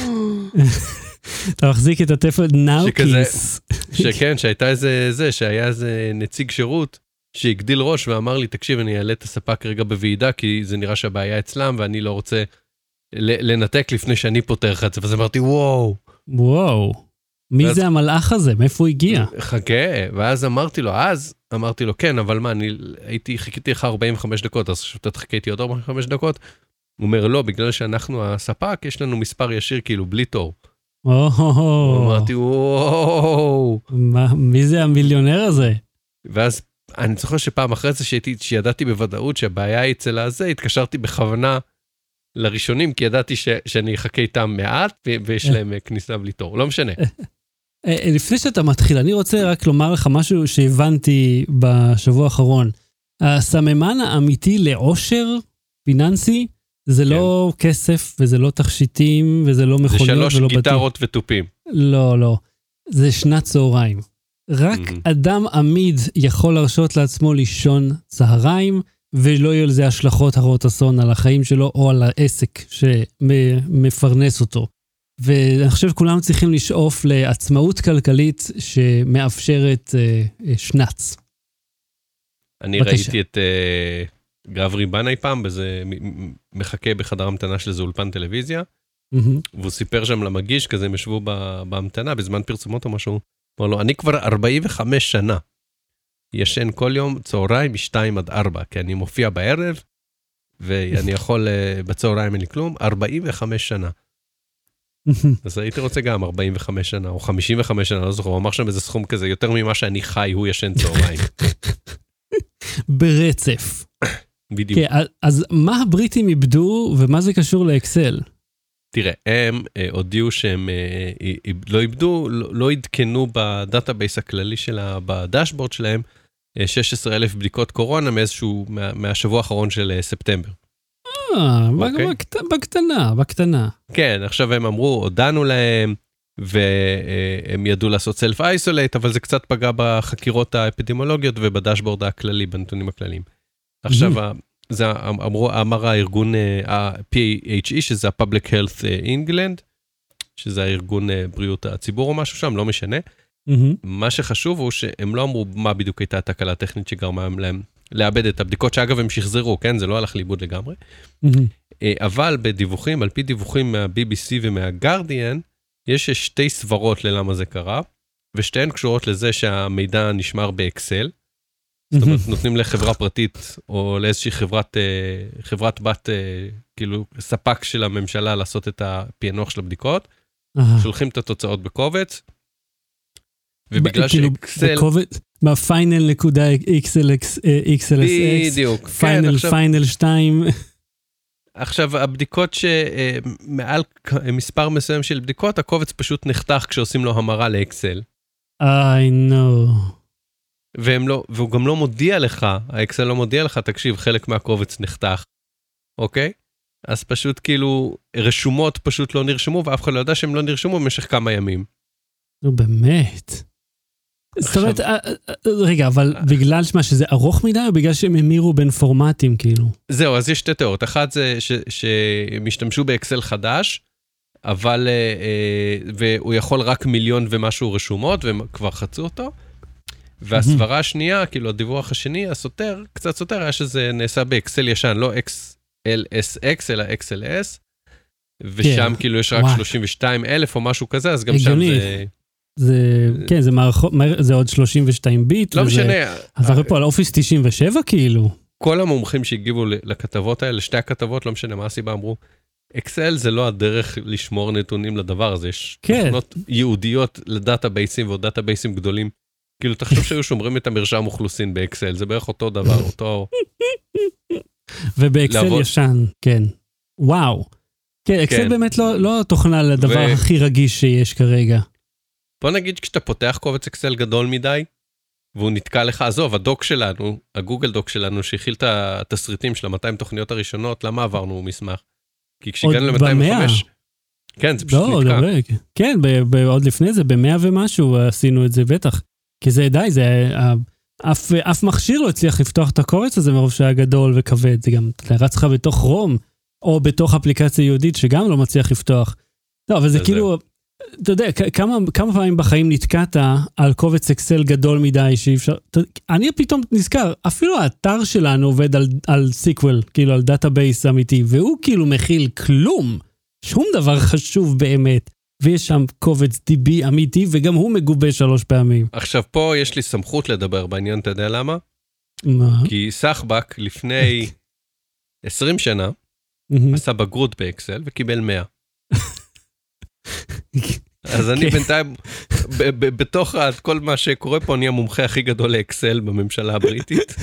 אתה מחזיק את הטלפון נאוקיס. שכן, שהייתה שהיה איזה נציג שירות שהגדיל ראש ואמר לי, תקשיב, אני אעלה את הספק רגע בוועידה, כי זה נראה שהבעיה אצלם, ואני לא רוצה לנתק לפני שאני פותר לך את זה. ואז אמרתי, וואו. מי זה המלאך הזה? מאיפה הוא הגיע? חכה, ואז אמרתי לו, כן, אבל מה, חיכיתי לך 45 דקות, אז אתה תחכיתי עוד 45 דקות? הוא אומר, לא, בגלל שאנחנו הספק, יש לנו מספר ישיר, כאילו, בלי תור. אמרתי, וואו. מי זה המיליונר הזה? ואז אני זוכר שפעם אחרי זה שידעתי בוודאות שהבעיה היא אצל הזה, התקשרתי בכוונה לראשונים, כי ידעתי שאני אחכה איתם מעט, ויש להם כניסה בלי תור. לא משנה. לפני שאתה מתחיל, אני רוצה רק לומר לך משהו שהבנתי בשבוע האחרון. הסממן האמיתי לעושר פיננסי, זה לא כסף, וזה לא תכשיטים, וזה לא מכוניות, ולא בתים. זה 3 גיטרות וטופים. לא. זה שנת צהריים. רק אדם עמיד יכול להרשות לעצמו לישון צהריים, ולא יהיו לזה השלכות הרות אסון על החיים שלו, או על העסק שמפרנס אותו. ואני חושב שכולנו צריכים לשאוף לעצמאות כלכלית שמאפשרת שנץ. אני ראיתי את גברי בנאי פעם, בזה מחכה בחדר המתנה של זה אולפן טלוויזיה, והוא סיפר שם למגיש, כזה הם ישבו בהמתנה, בזמן פרסומות או משהו, אמר לו, אני כבר 45 שנה, ישן כל יום צהריים מ-2-4, כי אני מופיע בערב, ואני יכול בצהריים אין לי כלום, 45 שנה. אז הייתי רוצה גם 45 שנה, או 55 שנה, לא זוכר, הוא אמר שם איזה סכום כזה, יותר ממה שאני חי, הוא ישן צהריים. ברצף. בדיוק. כן, אז מה הבריטים איבדו, ומה זה קשור לאקסל? תראה, הם הודיעו שהם לא איבדו, לא עדכנו בדאטאבייס הכללי שלה, בדשבורד שלהם, 16,000 בדיקות קורונה מאיזשהו, מהשבוע האחרון של ספטמבר. בקטנה. כן, עכשיו הם אמרו, הודענו להם, והם ידעו לעשות סלף אייסולייט, אבל זה קצת פגע בחקירות האפידמיולוגיות ובדשבורד הכללי, בנתונים הכלליים. עכשיו, זה אמר הארגון ה-PHE, שזה ה-Public Health England, שזה הארגון בריאות הציבור או משהו שם, לא משנה. מה שחשוב הוא שהם לא אמרו מה בדיוק הייתה התקלה הטכנית שגרמה להם לאבד את הבדיקות, שאגב הם שחזרו, כן? זה לא הלך לאיבוד לגמרי. אבל בדיווחים, על פי דיווחים מה-BBC ומה-Guardian, יש שתי סברות ללמה זה קרה, ושתיהן קשורות לזה שהמידע נשמר באקסל, זאת אומרת, נותנים לחברה פרטית, או לאיזושהי חברת בת, כאילו, ספק של הממשלה לעשות את הפענוח של הבדיקות, שולחים את התוצאות בקובץ, ובגלל שאקסל... מה-final.xlsx, בדיוק. final 2. עכשיו, הבדיקות שמעל מספר מסוים של בדיקות, הקובץ פשוט נחתך כשעושים לו המרה לאקסל. I know. והוא גם לא מודיע לך, האקסל לא מודיע לך, תקשיב, חלק מהקובץ נחתך, אוקיי? אז פשוט כאילו, רשומות פשוט לא נרשמו, ואף אחד לא יודע שהם לא נרשמו במשך כמה ימים. נו, באמת. זאת אומרת, רגע, אבל בגלל שזה ארוך מדי, או בגלל שהם המירו בין פורמטים, כאילו? זהו, אז יש שתי תיאוריות. אחת זה שהם השתמשו באקסל חדש, אבל, והוא יכול רק 1,000,000 ומשהו רשומות, והם כבר חצו אותו. והסברה השנייה, כאילו הדיווח השני, הסותר, קצת סותר, היה שזה נעשה באקסל ישן, לא XLSX, אלא XLS, ושם כאילו יש רק 32,000 או משהו כזה, אז גם שם זה... כן, זה עוד 32 ביט. לא משנה. אז הרי פה על אופיס 97 כאילו. כל המומחים שהגיבו לכתבות האלה, שתי הכתבות, לא משנה מה הסיבה, אמרו, אקסל זה לא הדרך לשמור נתונים לדבר הזה, יש תוכנות ייעודיות לדאטאבייסים ועוד דאטאבייסים גדולים. כאילו, תחשוב שהיו שומרים את המרשם אוכלוסין באקסל, זה בערך אותו דבר, אותו... ובאקסל ישן, כן. וואו. כן, אקסל באמת לא תוכנה לדבר הכי רגיש שיש כרגע. בוא נגיד כשאתה פותח קובץ אקסל גדול מדי, והוא נתקע לך, עזוב, הדוק שלנו, הגוגל דוק שלנו, שהכיל את התסריטים של 200 תוכניות הראשונות, למה עברנו מסמך? כי כשהגענו ל-205... כן, זה פשוט נתקע. כן, עוד לפני זה, ב-100 ומשהו עשינו את זה בטח. כי זה די, אף מכשיר לא הצליח לפתוח את הקובץ הזה מרוב שהיה גדול וכבד, זה גם רץ לך בתוך רום, או בתוך אפליקציה יהודית שגם לא מצליח לפתוח. לא, אבל זה כאילו, אתה יודע, כמה פעמים בחיים נתקעת על קובץ אקסל גדול מדי שאי אפשר, אני פתאום נזכר, אפילו האתר שלנו עובד על סיקוול, כאילו על דאטאבייס אמיתי, והוא כאילו מכיל כלום, שום דבר חשוב באמת. ויש שם קובץ DB אמיתי, וגם הוא מגובה 3 פעמים. עכשיו, פה יש לי סמכות לדבר בעניין, אתה יודע למה? מה? כי סחבק לפני 20 שנה, עשה בגרות באקסל, וקיבל 100. אז אני בינתיים, בתוך כל מה שקורה פה, אני המומחה הכי גדול לאקסל בממשלה הבריטית.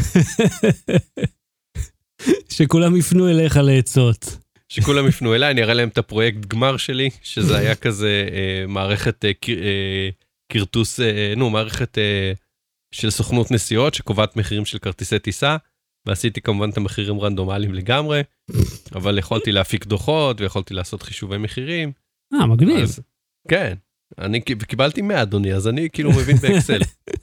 שכולם יפנו אליך לעצות. שכולם יפנו אליי, אני אראה להם את הפרויקט גמר שלי, שזה היה כזה מערכת קרטוס, מערכת של סוכנות נסיעות, שקובעת מחירים של כרטיסי טיסה, ועשיתי כמובן את המחירים רנדומליים לגמרי, אבל יכולתי להפיק דוחות, ויכולתי לעשות חישובי מחירים. מגניב. כן, אני קיבלתי 100, אדוני, אז אני כאילו מבין באקסל.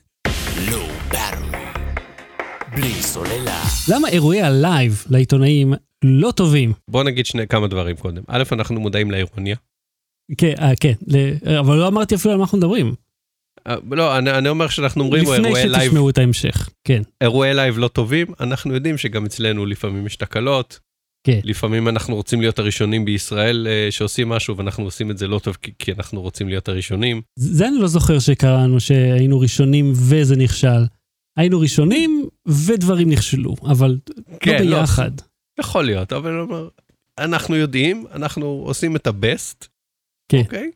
בלי סוללה. למה אירועי הלייב לעיתונאים לא טובים? בוא נגיד כמה דברים קודם. א', אנחנו מודעים לאירוניה. כן, אבל לא אמרתי אפילו על מה אנחנו מדברים. לא, אני אומר שאנחנו אומרים לפני שתשמעו את ההמשך, כן. אירועי לייב לא טובים, אנחנו יודעים שגם אצלנו לפעמים יש תקלות. כן. לפעמים אנחנו רוצים להיות הראשונים בישראל שעושים משהו, ואנחנו עושים את זה לא טוב, כי אנחנו רוצים להיות הראשונים. זה אני לא זוכר שקראנו שהיינו ראשונים וזה נכשל. היינו ראשונים ודברים נכשלו, אבל כן, לא ביחד. יכול להיות, אבל אנחנו יודעים, אנחנו עושים את הבסט, כן. אוקיי?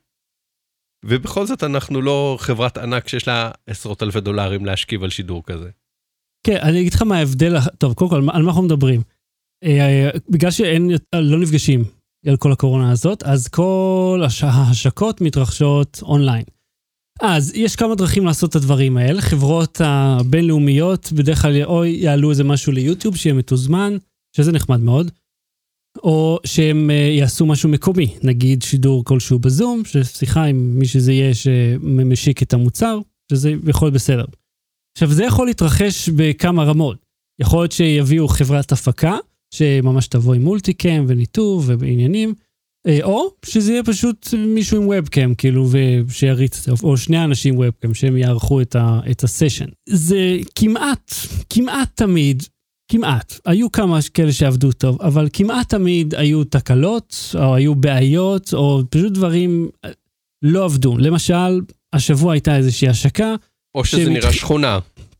ובכל זאת אנחנו לא חברת ענק שיש לה $10,000 להשכיב על שידור כזה. כן, אני אגיד לך מה ההבדל, טוב, קודם כל, על מה אנחנו מדברים? בגלל לא נפגשים על כל הקורונה הזאת, אז כל ההשקות מתרחשות אונליין. אז יש כמה דרכים לעשות את הדברים האלה. חברות הבינלאומיות בדרך כלל או יעלו איזה משהו ליוטיוב שיהיה מתוזמן, שזה נחמד מאוד, או שהם יעשו משהו מקומי, נגיד שידור כלשהו בזום, ששיחה עם מי שזה יהיה שמשיק את המוצר, שזה יכול להיות בסדר. עכשיו זה יכול להתרחש בכמה רמות. יכול להיות שיביאו חברת הפקה, שממש תבוא עם מולטיקאם וניתוב ובעניינים, או שזה יהיה פשוט מישהו עם וובקאם, כאילו, ושיריץ, או שני אנשים וובקאם, שהם יערכו את הסשן. זה כמעט תמיד, היו כמה כאלה שעבדו טוב, אבל כמעט תמיד היו תקלות, או היו בעיות, או פשוט דברים לא עבדו. למשל, השבוע הייתה איזושהי השקה. או שזה נראה שכונה.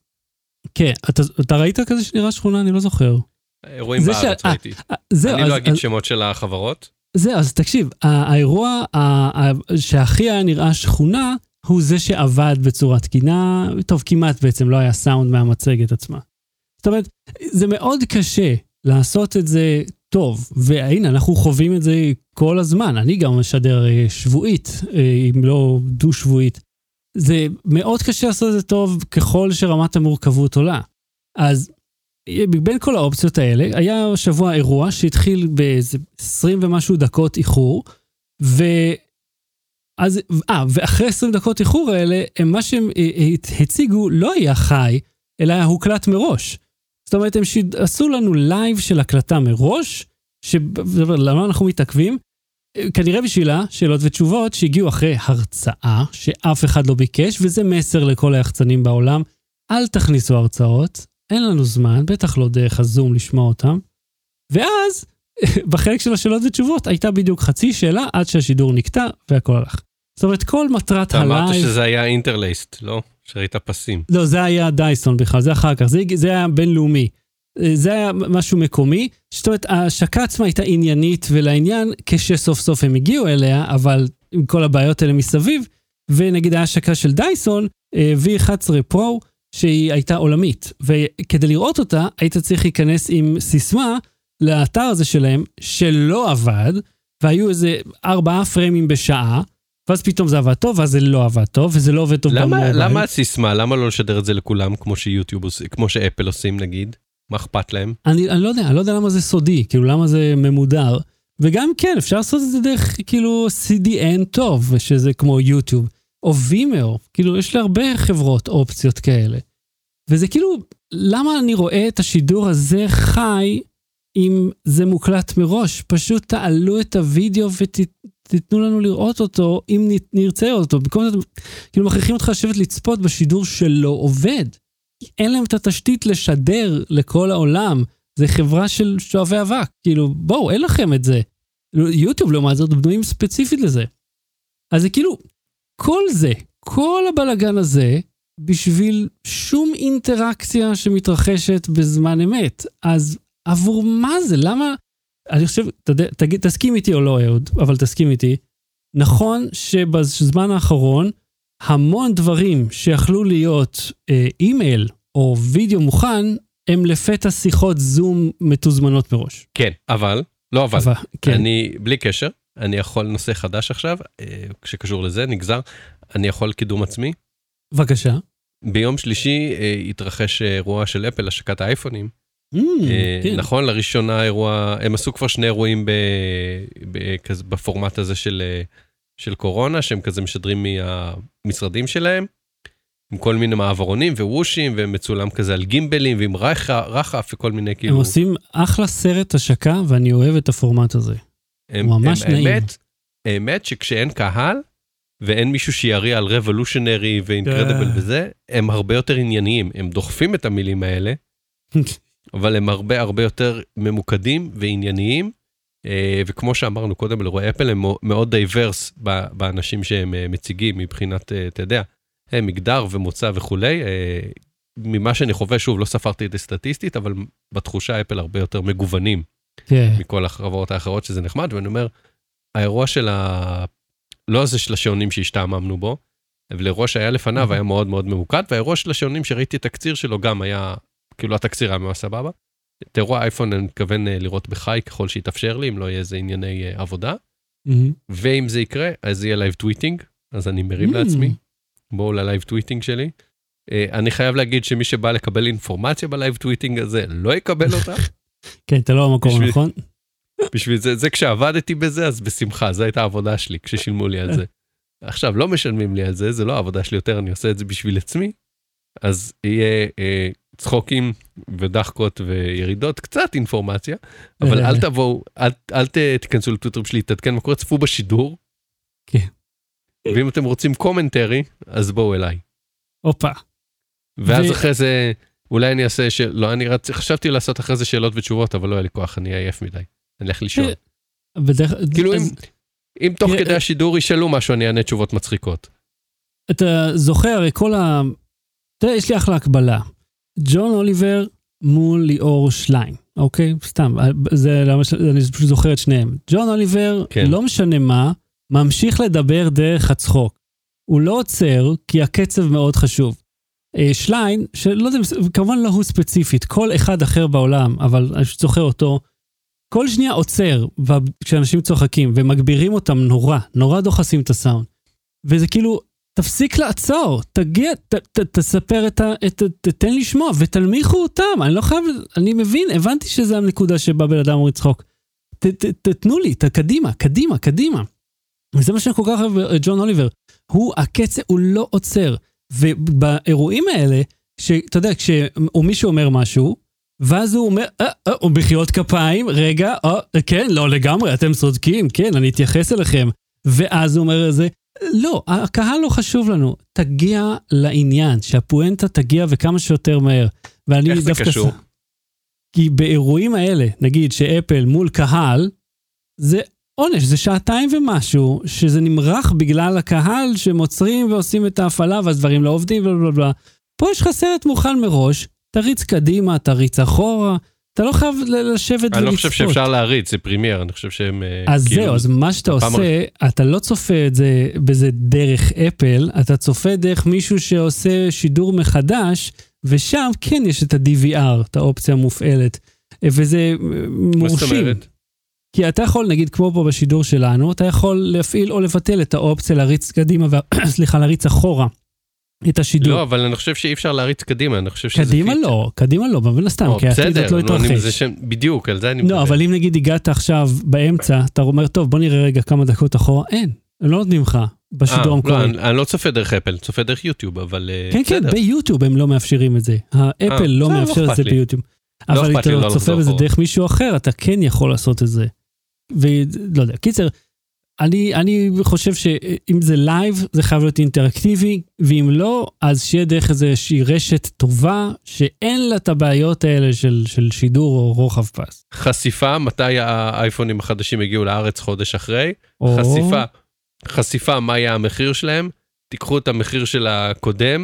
כן, אתה ראית כזה שנראה שכונה? אני לא זוכר. אירועים בארץ ראיתי. אני לא אגיד שמות של החברות. זהו, אז תקשיב, האירוע שהכי היה נראה שכונה, הוא זה שעבד בצורה תקינה, טוב, כמעט בעצם לא היה סאונד מהמצגת עצמה. זאת אומרת, זה מאוד קשה לעשות את זה טוב, והנה, אנחנו חווים את זה כל הזמן. אני גם משדר שבועית, אם לא דו-שבועית. זה מאוד קשה לעשות את זה טוב ככל שרמת המורכבות עולה. אז בין כל האופציות האלה, היה שבוע אירוע שהתחיל באיזה 20 ומשהו דקות איחור, ואחרי 20 דקות איחור האלה, מה שהם הציגו לא היה חי, אלא היה הוקלט מראש. זאת אומרת, הם עשו לנו לייב של הקלטה מראש, למה אנחנו מתעכבים? כנראה בשבילה שאלות ותשובות שהגיעו אחרי הרצאה שאף אחד לא ביקש, וזה מסר לכל היחצנים בעולם, אל תכניסו הרצאות, אין לנו זמן, בטח לא דרך הזום לשמוע אותם. ואז, בחלק של השאלות ותשובות, הייתה בדיוק חצי שאלה עד שהשידור נקטע והכל הלך. זאת אומרת, כל מטרת הלייב... אתה אמרת שזה היה אינטרלייסט, לא? שראית פסים. לא, זה היה דייסון בכלל, זה אחר כך, זה היה בינלאומי. זה היה משהו מקומי, זאת אומרת, ההשקה עצמה הייתה עניינית ולעניין, כשסוף סוף הם הגיעו אליה, אבל עם כל הבעיות האלה מסביב, ונגיד ההשקה של דייסון, V11 פרו, שהיא הייתה עולמית, וכדי לראות אותה, היית צריך להיכנס עם סיסמה לאתר הזה שלהם, שלא עבד, והיו איזה 4 פריימים בשעה, ואז פתאום זה עבד טוב, ואז זה לא עבד טוב, וזה לא עובד טוב במובייל. למה הסיסמה? למה לא לשדר את זה לכולם, כמו שיוטיוב עושים, כמו שאפל עושים נגיד? מה אכפת להם? אני לא יודע למה זה סודי, כאילו למה זה ממודר, וגם כן, אפשר לעשות את זה דרך כאילו CDN טוב, שזה כמו יוטיוב, או וימאו, כאילו יש להרבה חברות אופציות כאלה. וזה כאילו, למה אני רואה את השידור הזה חי, אם זה מוקלט מראש? פשוט תעלו את הוידאו ותיתנו לנו לראות אותו, אם נרצה אותו. כאילו מכריחים אותך לשבת לצפות בשידור שלא עובד. אין להם את התשתית לשדר לכל העולם. זה חברה של שואבי אבק. כאילו, בואו, אין לכם את זה. יוטיוב לעומת זאת בנויים ספציפית לזה. אז זה כאילו, כל הבלגן הזה, בשביל שום אינטראקציה שמתרחשת בזמן אמת. אז עבור מה זה? למה? אני חושב, תסכים איתי או לא, אהוד, אבל תסכים איתי. נכון שבזמן האחרון, המון דברים שיכלו להיות אימייל או וידאו מוכן, הם לפתע שיחות זום מתוזמנות מראש. כן, לא אבל. כן. אני, בלי קשר, אני יכול נושא חדש עכשיו, כשקשור לזה, נגזר, אני יכול קידום עצמי. בבקשה. ביום שלישי התרחש אירוע של אפל, השקת האייפונים. כן. נכון, לראשונה אירוע, הם עשו כבר 2 אירועים בפורמט הזה של קורונה, שהם כזה משדרים מהמשרדים שלהם, עם כל מיני מעברונים ווושים, והם מצולם כזה על גימבלים, ועם רחף וכל מיני כאילו. הם עושים אחלה סרט השקה, ואני אוהב את הפורמט הזה. הוא ממש נעים. האמת שכשאין קהל, ואין מישהו שיריע על רבולושנרי ואינקרדיבל וזה, הם הרבה יותר ענייניים, הם דוחפים את המילים האלה, אבל הם הרבה הרבה יותר ממוקדים וענייניים, וכמו שאמרנו קודם, לרואי אפל הם מאוד דייברס באנשים שהם מציגים מבחינת, אתה יודע, מגדר ומוצא וכולי, ממה שאני חווה, שוב, לא ספרתי את זה סטטיסטית, אבל בתחושה אפל הרבה יותר מגוונים מכל החברות האחרות שזה נחמד, ואני אומר, האירוע של לא זה של השעונים שהשתעממנו בו, אבל האירוע שהיה לפניו היה מאוד מאוד ממוקד, והאירוע של השעונים שראיתי את התקציר שלו גם היה, כאילו התקציר היה ממש סבבה. את אירוע האייפון אני מתכוון לראות בחי ככל שיתאפשר לי, אם לא יהיה איזה ענייני עבודה, ואם זה יקרה, אז יהיה לייב טוויטינג, אז אני מרים לעצמי, בואו ללייב טוויטינג שלי. אני חייב להגיד שמי שבא לקבל אינפורמציה בלייב טוויטינג הזה, לא יקבל אותה. כן, אתה לא המקום, נכון? בשביל זה כשעבדתי בזה, אז בשמחה, זו הייתה העבודה שלי, כששילמו לי על זה. עכשיו, לא משלמים לי על זה, זה לא העבודה שלי יותר, אני עושה את זה בשביל עצמי, אז יהיה צחוקים ודחקות וירידות, קצת אינפורמציה, אבל אל תבואו, אל תיכנסו לטוויטר שלי, תתעדכן מה קורה, צפו בשידור, ואם אתם רוצים קומנטרי, אז בואו אליי. אופה. ואז אחרי זה, אולי אני אעשה, לא, אני חשבתי לעשות אחרי זה שאלות ותשובות, אבל לא היה לי כוח, אני עייף מדי. אני אלך לישון. כאילו אם תוך כדי השידור ישאלו משהו, אני אענה תשובות מצחיקות. אתה זוכר, יש לי אחלה הקבלה. ג'ון אוליבר מול ליאור שליין, אוקיי? סתם, אני פשוט זוכר את שניהם. ג'ון אוליבר, לא משנה מה, ממשיך לדבר דרך הצחוק. הוא לא עוצר, כי הקצב מאוד חשוב. שליין, שלא יודע, כמובן לא הוא ספציפית, כל אחד אחר בעולם, אבל אני זוכר אותו, כל שנייה עוצר, כשאנשים צוחקים, ומגבירים אותם נורא דוחסים את הסאונד. וזה כאילו, תפסיק לעצור, תגיע, תספר תתן לשמוע, ותלמיכו אותם, אני לא חייב, אני מבין, הבנתי שזה הנקודה שבה בן אדם אמור לצחוק. תתנו לי, קדימה. וזה מה שאני כל כך אוהב ג'ון אוליבר, הקצב הוא לא עוצר, ובאירועים האלה, שאתה יודע, כשמישהו אומר משהו, ואז הוא אומר, הוא בחיות כפיים, רגע, כן, לא לגמרי, אתם צודקים, כן, אני אתייחס אליכם, ואז הוא אומר זה, לא, הקהל לא חשוב לנו, תגיע לעניין, שהפואנטה תגיע וכמה שיותר מהר. איך זה קשור? כי באירועים האלה, נגיד שאפל מול קהל, זה עונש, זה שעתיים ומשהו, שזה נמרח בגלל הקהל שמוצרים ועושים את ההפעלה, ואז דברים לא עובדים ובלה. פה יש לך סרט מוכן מראש, תריץ קדימה, תריץ אחורה, אתה לא חייב לשבת ולצפות. אני לא חושב שאפשר להריץ, זה פרימייר, אני חושב שהם... אז זהו, אז מה שאתה עושה, אתה לא צופה את זה בזה דרך אפל, אתה צופה דרך מישהו שעושה שידור מחדש, ושם כן יש את ה-DVR, את האופציה המופעלת, וזה מורשים. כי אתה יכול, נגיד, כמו פה בשידור שלנו, אתה יכול להפעיל או לבטל את האופציה להריץ קדימה, להריץ אחורה. את השידור. לא, אבל אני חושב שאי אפשר להריץ קדימה, אני חושב שזה קדימה לא, אבל סתם, כי העתיד את לא יתרחש. בדיוק, על זה אני מדבר. לא, אבל אם נגיד הגעת עכשיו באמצע, אתה אומר, טוב, בוא נראה רגע כמה דקות אחורה, אין, הם לא נותנים לך בשידור המקורי. לא, אני לא צופה דרך אפל, צופה דרך יוטיוב, אבל... כן, ביוטיוב הם לא מאפשרים את זה. האפל לא מאפשר את זה ביוטיוב. אבל אם אתה צופה בזה דרך מישהו אחר, אתה כן יכול לעשות את זה. ולא יודע, קיצר, אני חושב שאם זה לייב, זה חייב להיות אינטראקטיבי, ואם לא, אז שיהיה דרך איזושהי רשת טובה, שאין לה את הבעיות האלה של שידור או רוחב פס. חשיפה, מתי האייפונים החדשים הגיעו לארץ חודש אחרי? חשיפה, מה היה המחיר שלהם? תיקחו את המחיר של הקודם,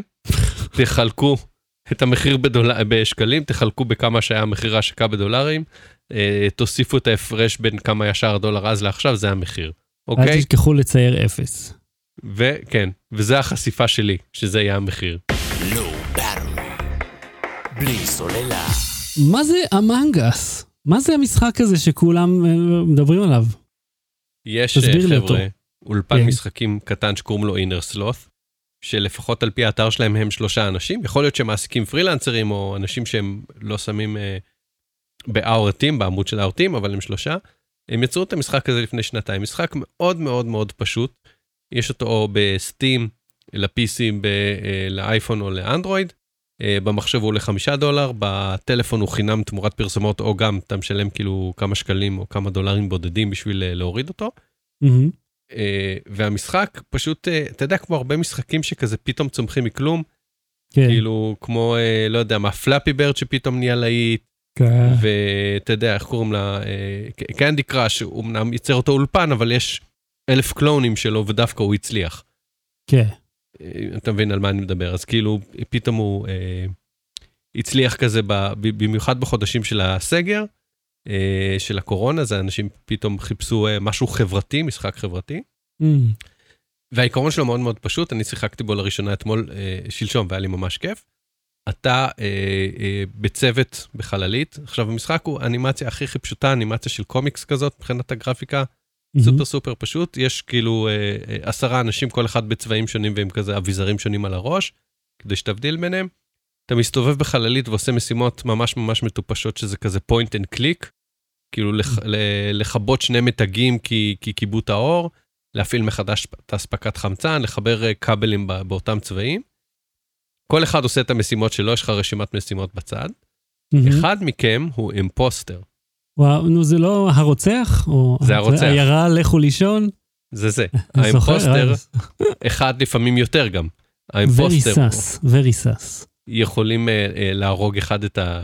תחלקו את המחיר בשקלים, תחלקו בכמה שהיה המחיר ההשקה בדולרים, תוסיפו את ההפרש בין כמה היה שער דולר אז לעכשיו, זה המחיר. אוקיי? אל תשכחו לצייר 0. וכן, וזה החשיפה שלי, שזה יהיה המחיר. בלי סוללה. מה זה אמנגס? מה זה המשחק הזה שכולם מדברים עליו? יש חבר'ה, אולפן משחקים קטן שקוראים לו Inner Sloth, שלפחות על פי האתר שלהם הם 3 אנשים, יכול להיות שמעסיקים פרילנסרים או אנשים שהם לא שמים באורטים, בעמוד של האורטים, אבל הם 3. הם יצרו את המשחק הזה לפני 2 משחק מאוד מאוד מאוד פשוט, יש אותו או בסטים, ל-PC, לאייפון או לאנדרואיד, במחשב הוא $5, בטלפון הוא חינם תמורת פרסומות, או גם אתה משלם כאילו כמה שקלים או כמה דולרים בודדים בשביל להוריד אותו. והמשחק פשוט, אתה יודע, כמו הרבה משחקים שכזה פתאום צומחים מכלום, כאילו כמו, לא יודע מה, פלאפי ברד שפתאום נהיה להיט, כן. ואתה יודע, איך קוראים לה, קנדי קראש, הוא אמנם ייצר אותו אולפן, אבל יש 1,000 קלונים שלו, ודווקא הוא הצליח. כן. אתה מבין על מה אני מדבר, אז כאילו, פתאום הוא הצליח כזה, במיוחד בחודשים של הסגר, של הקורונה, זה אנשים פתאום חיפשו משהו חברתי, משחק חברתי, והעיקרון שלו מאוד מאוד פשוט, אני שיחקתי בו לראשונה אתמול, שלשום, והיה לי ממש כיף. אתה בצוות בחללית, עכשיו המשחק הוא אנימציה הכי פשוטה, אנימציה של קומיקס כזאת, מבחינת הגרפיקה, סופר סופר פשוט, יש כאילו 10 אנשים, כל אחד בצבעים שונים, והם כזה אביזרים שונים על הראש, כדי שתבדיל ביניהם. אתה מסתובב בחללית ועושה משימות ממש ממש מטופשות, שזה כזה point and click, כאילו לחבות 2 מתגים כי כיבו את האור, להפעיל מחדש את הספקת חמצן, לחבר כבלים באותם צבעים. כל אחד עושה את המשימות שלו, יש לך רשימת משימות בצד. אחד מכם הוא אימפוסטר. וואו, נו זה לא הרוצח? זה הרוצח. העיירה לכו לישון? זה. האימפוסטר, אחד לפעמים יותר גם. האימפוסטר. very sus. יכולים להרוג אחד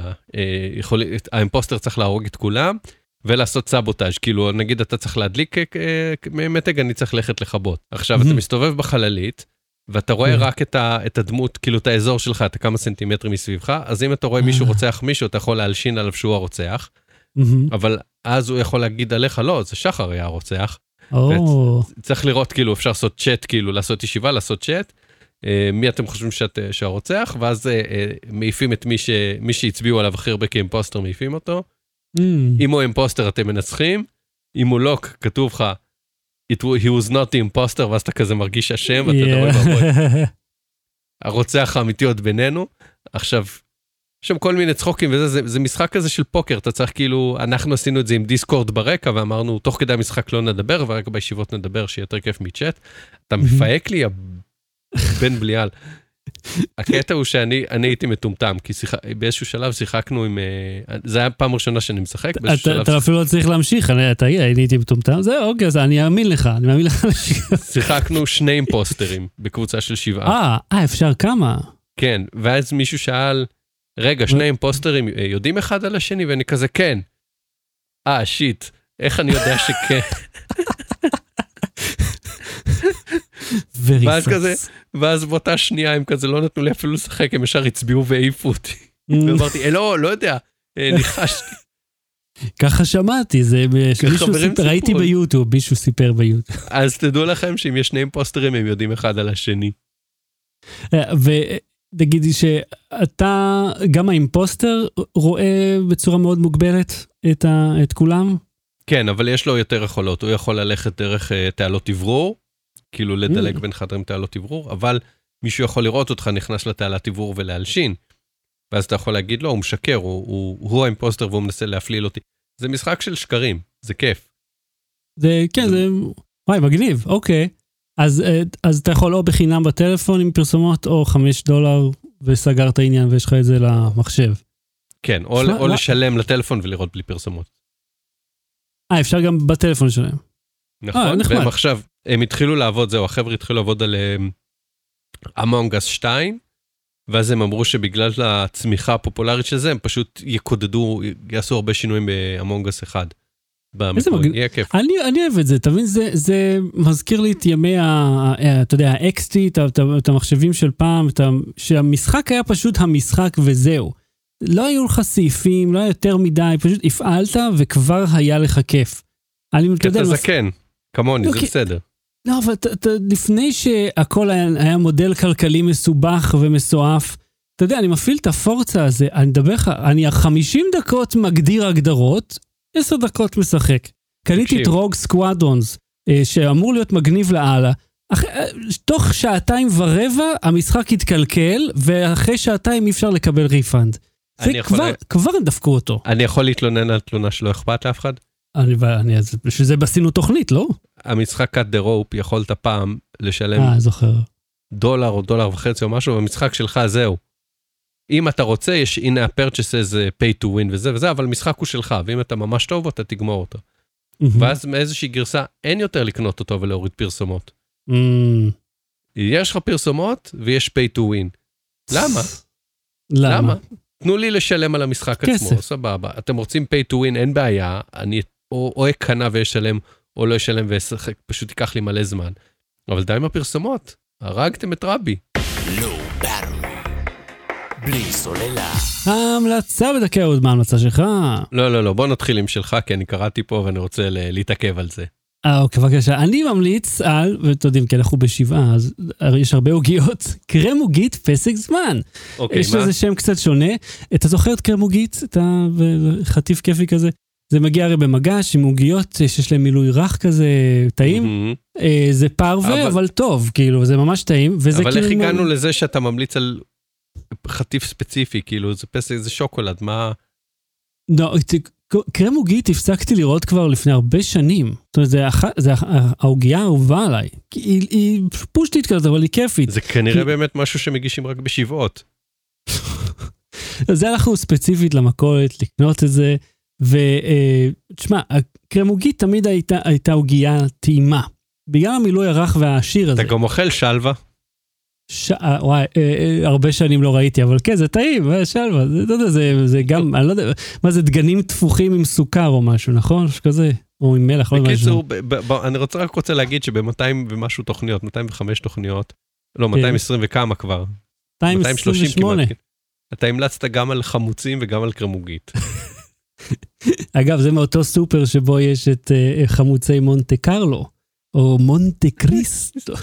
האימפוסטר צריך להרוג את כולם, ולעשות סבוטאז', כאילו נגיד אתה צריך להדליק מתג, אני צריך ללכת לחבות. עכשיו אתה מסתובב בחללית, ואתה רואה רק את הדמות, כאילו את האזור שלך, אתה כמה סנטימטרים מסביבך, אז אם אתה רואה מישהו רוצח מישהו, אתה יכול להלשין עליו שהוא הרוצח, אבל אז הוא יכול להגיד עליך, לא, זה שחר היה הרוצח. צריך לראות, כאילו, אפשר לעשות צ'אט, כאילו, לעשות ישיבה, לעשות צ'אט, מי אתם חושבים שהרוצח, ואז מעיפים את מי שהצביעו עליו הכי הרבה כאימפוסטר, מעיפים אותו. אם הוא אימפוסטר, אתם מנצחים. אם הוא לא, כתוב לך, he was not the imposter, ואז אתה כזה מרגיש השם, ואתה רואה הרוצח האמיתי עוד בינינו. עכשיו, יש שם כל מיני צחוקים, וזה משחק כזה של פוקר, אתה צריך כאילו, אנחנו עשינו את זה עם דיסקורד ברקע, ואמרנו, תוך כדי המשחק לא נדבר, ורק בישיבות נדבר, שיהיה יותר כיף מצ'אט. אתה מפהק לי, בן בליאל. הקטע הוא שאני הייתי מטומטם, כי באיזשהו שלב שיחקנו עם, זה היה פעם ראשונה שאני משחק, אתה אפילו לא צריך להמשיך, הייתי מטומטם, זה אוקיי, אז אני אאמין לך, שיחקנו 2 אימפוסטרים, בקבוצה של 7. אפשר כמה? כן, ואז מישהו שאל, רגע, 2 אימפוסטרים יודעים אחד על השני, ואני כזה, כן. שיט, איך אני יודע שכן? ואז כזה, ואז באותה שנייה הם כזה לא נתנו לי אפילו לשחק, הם ישר הצביעו והעיפו אותי. ואמרתי, לא יודע, ניחשתי. ככה שמעתי, זה מישהו סיפר, ראיתי ביוטיוב, מישהו סיפר ביוטיוב. אז תדעו לכם שאם יש 2 אימפוסטרים, הם יודעים אחד על השני. ותגידי שאתה, גם האימפוסטר, רואה בצורה מאוד מוגבלת את כולם? כן, אבל יש לו יותר יכולות, הוא יכול ללכת דרך תעלות עברור, כאילו לדלג בין חדרים תעלות עברור, אבל מישהו יכול לראות אותך נכנס לתעלת עברור ולהלשין, ואז אתה יכול להגיד לו, הוא משקר, הוא האימפוסטר והוא מנסה להפליל אותי. זה משחק של שקרים, זה כיף. כן, זה, וואי, מגניב, אוקיי. אז אתה יכול או בחינם בטלפון עם פרסומות, או $5 וסגר את העניין ויש לך את זה למחשב. כן, או לשלם לטלפון ולראות בלי פרסומות. אפשר גם בטלפון שלהם. נכון, והם עכשיו, הם התחילו לעבוד, זהו, החבר'ה התחילו לעבוד על Among Us 2, ואז הם אמרו שבגלל הצמיחה הפופולרית של זה, הם פשוט יקודדו, יעשו הרבה שינויים ב-Among Us 1. איזה מגניב. יהיה כיף. אני אוהב את זה, תבין, זה מזכיר לי את ימי, אתה יודע, ה-XT, את המחשבים של פעם, שהמשחק היה פשוט המשחק וזהו. לא היו לך סעיפים, לא היה יותר מדי, פשוט הפעלת וכבר היה לך כיף. כי אתה זקן, כמוני, זה בסדר. לא, אבל לפני שהכל היה מודל כלכלי מסובך ומסועף, אתה יודע, אני מפעיל את הפורצה הזה, אני מדבר לך, אני 50 דקות מגדיר הגדרות, 10 דקות משחק. קניתי את רוג סקואדרונס, שאמור להיות מגניב לעלה, תוך 2.25 המשחק התקלקל, ואחרי 2 אי אפשר לקבל ריפנד. כבר דפקו אותו. אני יכול להתלונן על תלונה שלא אכפת לאף אחד? בשביל זה בסינו תוכנית, לא? המשחק cut the rope יכולת פעם לשלם זוכר. $1 או $1.50 או משהו, והמשחק שלך זהו. אם אתה רוצה, יש הנה ה-purchases pay to win וזה, אבל המשחק הוא שלך, ואם אתה ממש טוב, אתה תגמור אותו. ואז מאיזושהי גרסה, אין יותר לקנות אותו ולהוריד פרסומות. יש לך פרסומות, ויש pay to win. למה? תנו לי לשלם על המשחק עצמו, סבבה. אתם רוצים pay to win, אין בעיה, אני או אקנה וישלם, או לא ישלם וישחק, פשוט ייקח לי מלא זמן. אבל די עם הפרסומות, הרגתם את רבי. בלי סוללה. ההמלצה בדקה עוד, מה ההמלצה שלך? לא, בוא נתחיל עם שלך, כי אני קראתי פה ואני רוצה להתעכב על זה. אוקיי, בבקשה. אני ממליץ על, ואתם יודעים, כי אנחנו בשבעה, אז יש הרבה עוגיות, קרם עוגית פסק זמן. אוקיי, יש לזה שם קצת שונה. אתה זוכר את קרם עוגית? את החטיף כיפי כזה? זה מגיע הרי במגש עם עוגיות שיש להם מילוי רך כזה, טעים. זה פרווה, אבל טוב, כאילו, זה ממש טעים. אבל איך הגענו לזה שאתה ממליץ על חטיף ספציפי, כאילו, זה פסק, זה שוקולד, מה... לא, קרם עוגית הפסקתי לראות כבר לפני הרבה שנים. זאת אומרת, זה העוגיה האהובה עליי. היא פושטית כזאת, אבל היא כיפית. זה כנראה באמת משהו שמגישים רק בשבעות. אז זה הלכנו ספציפית למכולת, לקנות את זה, ותשמע, הקרם עוגית תמיד הייתה עוגיה טעימה. בגלל המילוי הרך והעשיר הזה. אתה גם אוכל שלווה? וואי, הרבה שנים לא ראיתי, אבל כן, זה טעים, שלווה, זה גם, אני לא יודע, מה זה, דגנים תפוחים עם סוכר או משהו, נכון? שכזה, או עם מלח, לא יודע משהו. בקיצור, אני רק רוצה להגיד שב-200 ומשהו תוכניות, 205 תוכניות, לא, 220 וכמה כבר. 228. אתה המלצת גם על חמוצים וגם על קרמוגית. אגב, זה מאותו סופר שבו יש את חמוצי מונטה קרלו, או מונטה קריסטו.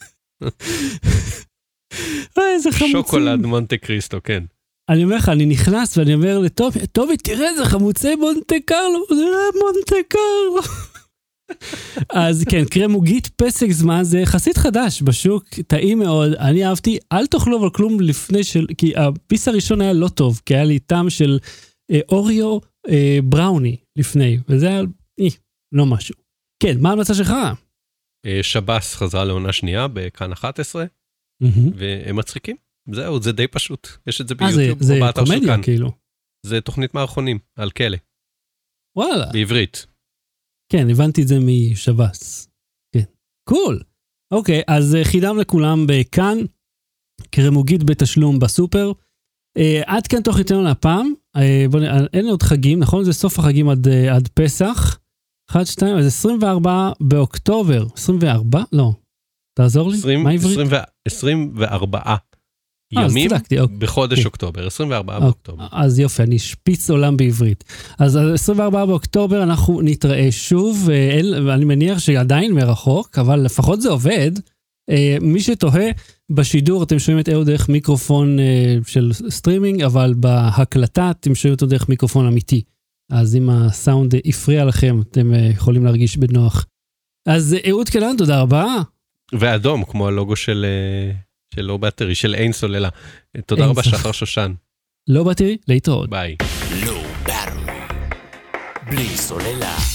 איזה חמוצים. שוקולד מונטה קריסטו, כן. אני אומר לך, אני נכנס ואני אומר לטובי, טובי, תראה, זה חמוצי מונטה קרלו, זה מונטה קרלו. אז כן, קרם עוגית פסק זמן, זה יחסית חדש בשוק, טעים מאוד, אני אהבתי, אל תאכלו אבל כלום לפני כי הביס הראשון היה לא טוב, כי היה לי טעם של אוריו בראוני לפני, וזה היה לא משהו. כן, מה ההמלצה שלך? שב"ס חזרה לעונה שנייה בכאן 11, והם מצחיקים. זהו, זה די פשוט. יש את זה ביוטיוב. זה קומדיה כאילו. זה תוכנית מערכונים על כלא. וואלה. בעברית. כן, הבנתי את זה משב"ס. כן. קול. אוקיי, אז חידם לכולם בכאן, קרם עוגית בתשלום בסופר. עד כאן תוך איתנו להפעם. אין עוד חגים, נכון? זה סוף החגים עד פסח. 1, 2, אז 24 באוקטובר. 24? לא. תעזור לי? מה עברית? 24 ימים בחודש אוקטובר. 24 באוקטובר. אז יופי, אני שפיץ עולם בעברית. אז 24 באוקטובר אנחנו נתראה שוב, ואני מניח שעדיין מרחוק, אבל לפחות זה עובד. מי שתוהה, בשידור אתם שומעים את אהוד דרך מיקרופון של סטרימינג, אבל בהקלטה אתם שומעים אותו דרך מיקרופון אמיתי. אז אם הסאונד הפריע לכם, אתם יכולים להרגיש בנוח. אז אהוד קלן, תודה רבה. ואדום, כמו הלוגו של לא בטרי, של אין סוללה. תודה רבה, שחר שושן. לא בטרי, להתראות. ביי. לא בטרי. בלי סוללה.